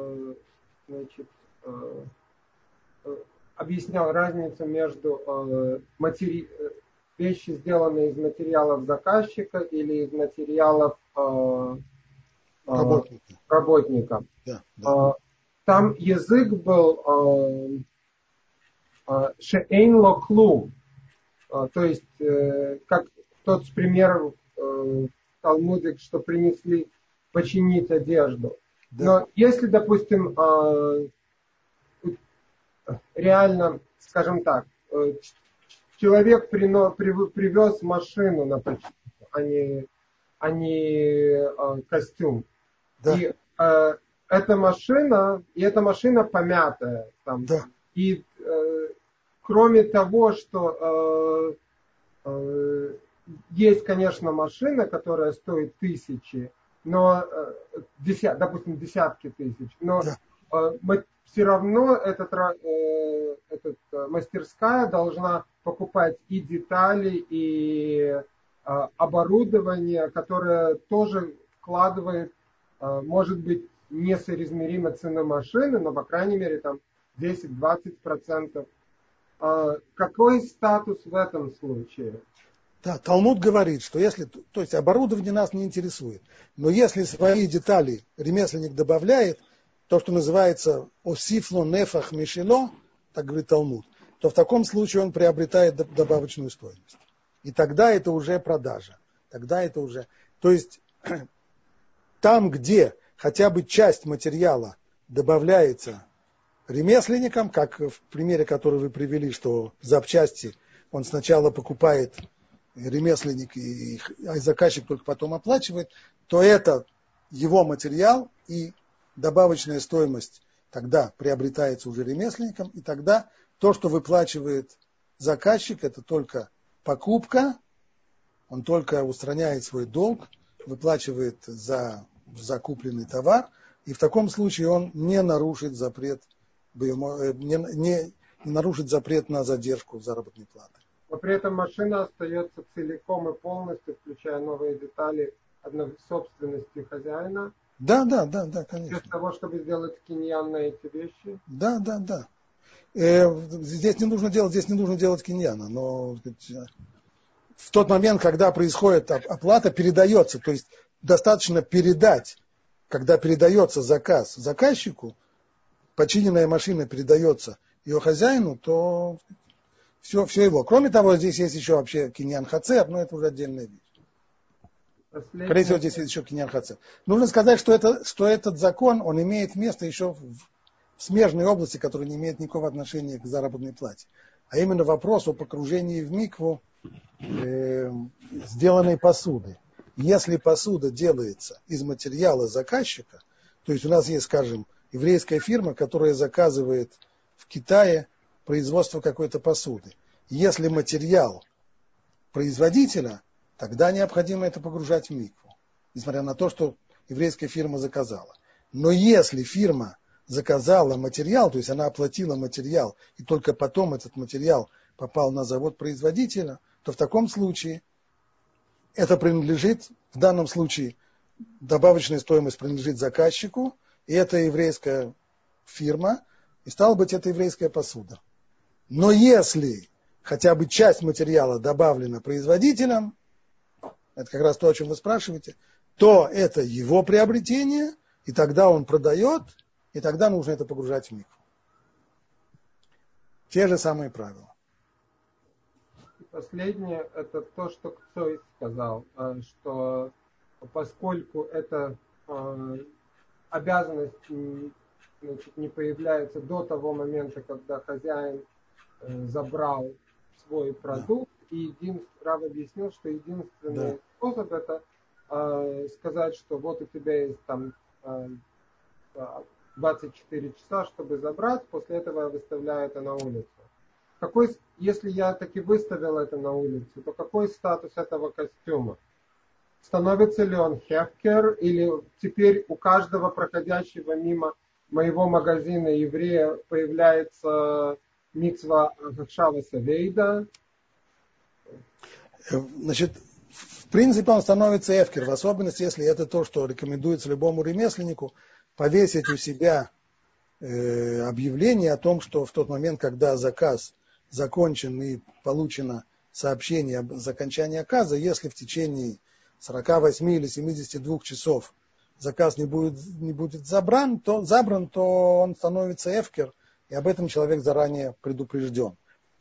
объяснял разницу между вещи, сделанные из материалов заказчика или из материалов работника. Да. Там язык был шеэйн ло клум, то есть как тот пример в Талмуде, что принесли починить одежду. Да. Но если, допустим, реально, скажем так, человек привез машину на починку, а не костюм. Да. И эта машина помятая. Там. Да. И кроме того, что есть, конечно, машина, которая стоит тысячи, но, допустим, десятки тысяч, но Да. все равно мастерская должна покупать и детали, и оборудование, которое тоже вкладывает, может быть, несоизмеримо цены машины, но, по крайней мере, там 10-20%. Какой статус в этом случае? Да, Талмуд говорит, что если, то есть оборудование нас не интересует, но если свои детали ремесленник добавляет, то, что называется осифло нефах мишело, так говорит Талмуд, то в таком случае он приобретает добавочную стоимость. И тогда это уже продажа. Тогда это уже... То есть там, где хотя бы часть материала добавляется ремесленникам, как в примере, который вы привели, что запчасти он сначала покупает ремесленник, а заказчик только потом оплачивает, то это его материал, и добавочная стоимость тогда приобретается уже ремесленником, и тогда то, что выплачивает заказчик, это только покупка, он только устраняет свой долг, выплачивает за закупленный товар, и в таком случае он не нарушит запрет, не нарушит запрет на задержку заработной платы. Но при этом машина остается целиком и полностью, включая новые детали, в собственности хозяина. Да, конечно. Без того, чтобы сделать киньян на эти вещи. Да. Здесь не нужно делать киньяна, но в тот момент, когда происходит оплата, передается, то есть достаточно передать, когда передается заказ заказчику, починенная машина передается ее хозяину, то все его. Кроме того, здесь есть еще вообще киньян хацер, но это уже отдельная вещь. Скорее всего, здесь есть еще киньян хацер. Нужно сказать, что этот закон, он имеет место еще в смежной области, которая не имеет никакого отношения к заработной плате. А именно вопрос о погружении в микву сделанной посуды. Если посуда делается из материала заказчика, то есть у нас есть, скажем, еврейская фирма, которая заказывает в Китае производство какой-то посуды. Если материал производителя, тогда необходимо это погружать в микву, несмотря на то, что еврейская фирма заказала. Но если фирма заказала материал, то есть она оплатила материал, и только потом этот материал попал на завод производителя, то в таком случае это принадлежит, в данном случае добавочная стоимость принадлежит заказчику, и это еврейская фирма, и стало быть, это еврейская посуда. Но если хотя бы часть материала добавлена производителем, это как раз то, о чем вы спрашиваете, то это его приобретение, и тогда он продает, и тогда нужно это погружать в микву. Те же самые правила. Последнее, это то, что Кцой сказал, что поскольку эта обязанность не появляется до того момента, когда хозяин забрал свой продукт, и Рав объяснил, что единственный способ это сказать, что вот у тебя есть там 24 часа, чтобы забрать, после этого я выставляю это на улицу. Если я таки выставил это на улицу, то какой статус этого костюма? Становится ли он хефкер, или теперь у каждого проходящего мимо моего магазина еврея появляется мицва Хашава Савейда? Значит, в принципе, он становится эфкер, в особенности, если это то, что рекомендуется любому ремесленнику, повесить у себя объявление о том, что в тот момент, когда заказ закончен и получено сообщение об окончании оказа, если в течение 48 или 72 часов заказ не будет забран, то он становится эфкер, и об этом человек заранее предупрежден.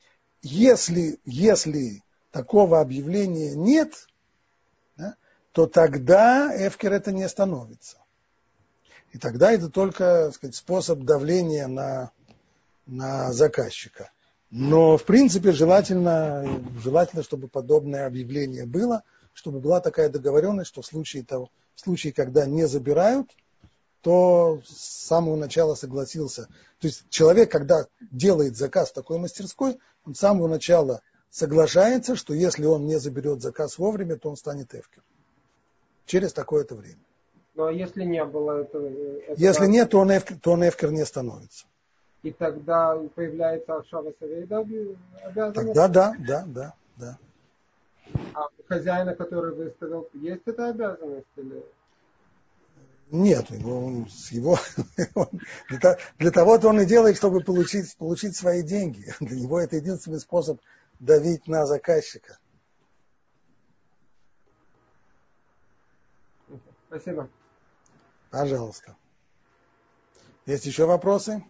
Если такого объявления нет, да, то тогда эфкер это не становится. И тогда это только, так сказать, способ давления на заказчика. Но, в принципе, желательно, чтобы подобное объявление было, чтобы была такая договоренность, что в случае, когда не забирают, то с самого начала согласился. То есть человек, когда делает заказ в такой мастерской, он с самого начала соглашается, что если он не заберет заказ вовремя, то он станет эфкер. Через такое-то время. Ну а если не было этого? Если нет, то он эфкер не становится. И тогда появляется Ахшава Савейда обязанность? Тогда да. А у хозяина, который выставил, есть эта обязанность? Или... Нет, для того-то он и делает, чтобы получить свои деньги. Для него это единственный способ давить на заказчика. Спасибо. Пожалуйста. Есть еще вопросы?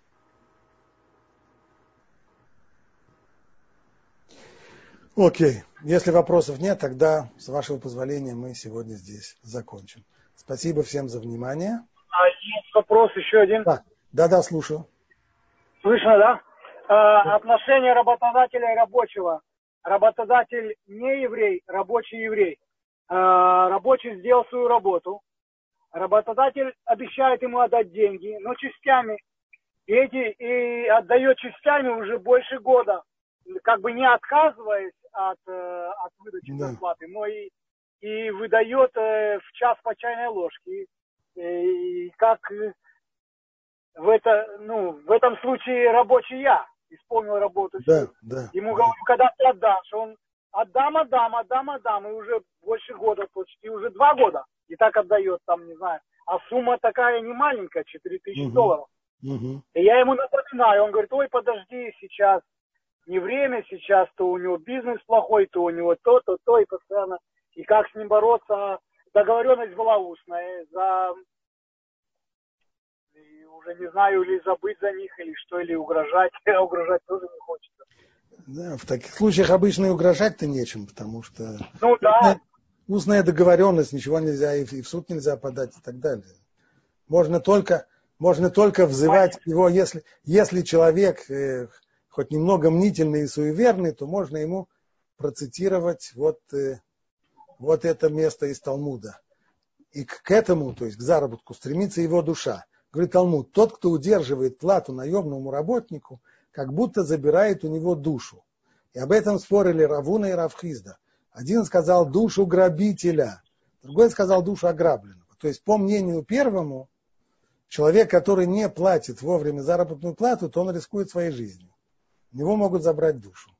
Окей. Если вопросов нет, тогда, с вашего позволения, мы сегодня здесь закончим. Спасибо всем за внимание. Есть вопрос еще один. Да, слушаю. Слышно, да? Отношения работодателя и рабочего. Работодатель не еврей, рабочий еврей. Рабочий сделал свою работу. Работодатель обещает ему отдать деньги, но частями. И отдает частями уже больше года. Как бы не отказываясь от выдачи зарплаты, но и выдает в час по чайной ложке. И как в этом случае рабочий я исполнил работу. Да. Ему говорю, когда ты отдашь, он отдам, и уже больше года, почти уже 2 года. И так отдает, там, не знаю. А сумма такая не маленькая, $4000. И я ему напоминаю, он говорит, ой, подожди, сейчас не время, сейчас то у него бизнес плохой, то у него то, и постоянно. И как с ним бороться? Договоренность была устная. И уже не знаю, или забыть за них, или что, или угрожать. А угрожать тоже не хочется. Да, в таких случаях обычно и угрожать-то нечем, потому что устная договоренность, ничего нельзя, и в суд нельзя подать и так далее. Можно только взывать его, если человек хоть немного мнительный и суеверный, то можно ему процитировать вот это место из Талмуда. И к этому, то есть к заработку, стремится его душа. Говорит Талмуд, тот, кто удерживает плату наемному работнику, как будто забирает у него душу. И об этом спорили Равуна и Рав Хизда. Один сказал душу грабителя, другой сказал душу ограбленного. То есть, по мнению первому, человек, который не платит вовремя заработную плату, то он рискует своей жизнью. У него могут забрать душу.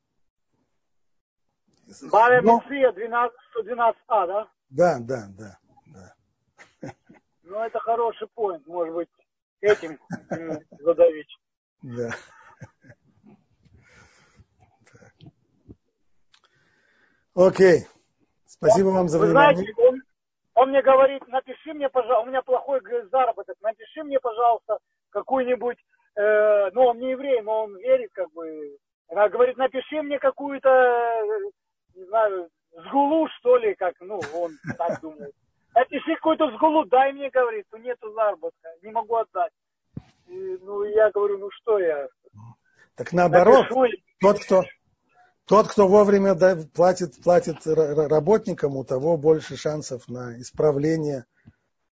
Баве Муфия 112А, да? Да. Ну, это хороший поинт, может быть, этим задавить. Да. Окей. Спасибо вам за внимание. Вы знаете, он мне говорит, напиши мне, пожалуйста, у меня плохой заработок, напиши мне, пожалуйста, какую-нибудь, он не еврей, но он верит, как бы. Она говорит, напиши мне какую-то, не знаю, сгулу, что ли, он так думает. Напиши какую-то сгулу, дай мне, говорит, нету заработка, не могу отдать. Я говорю, что я... Так наоборот, напишу, тот, кто вовремя платит работникам, у того больше шансов на исправление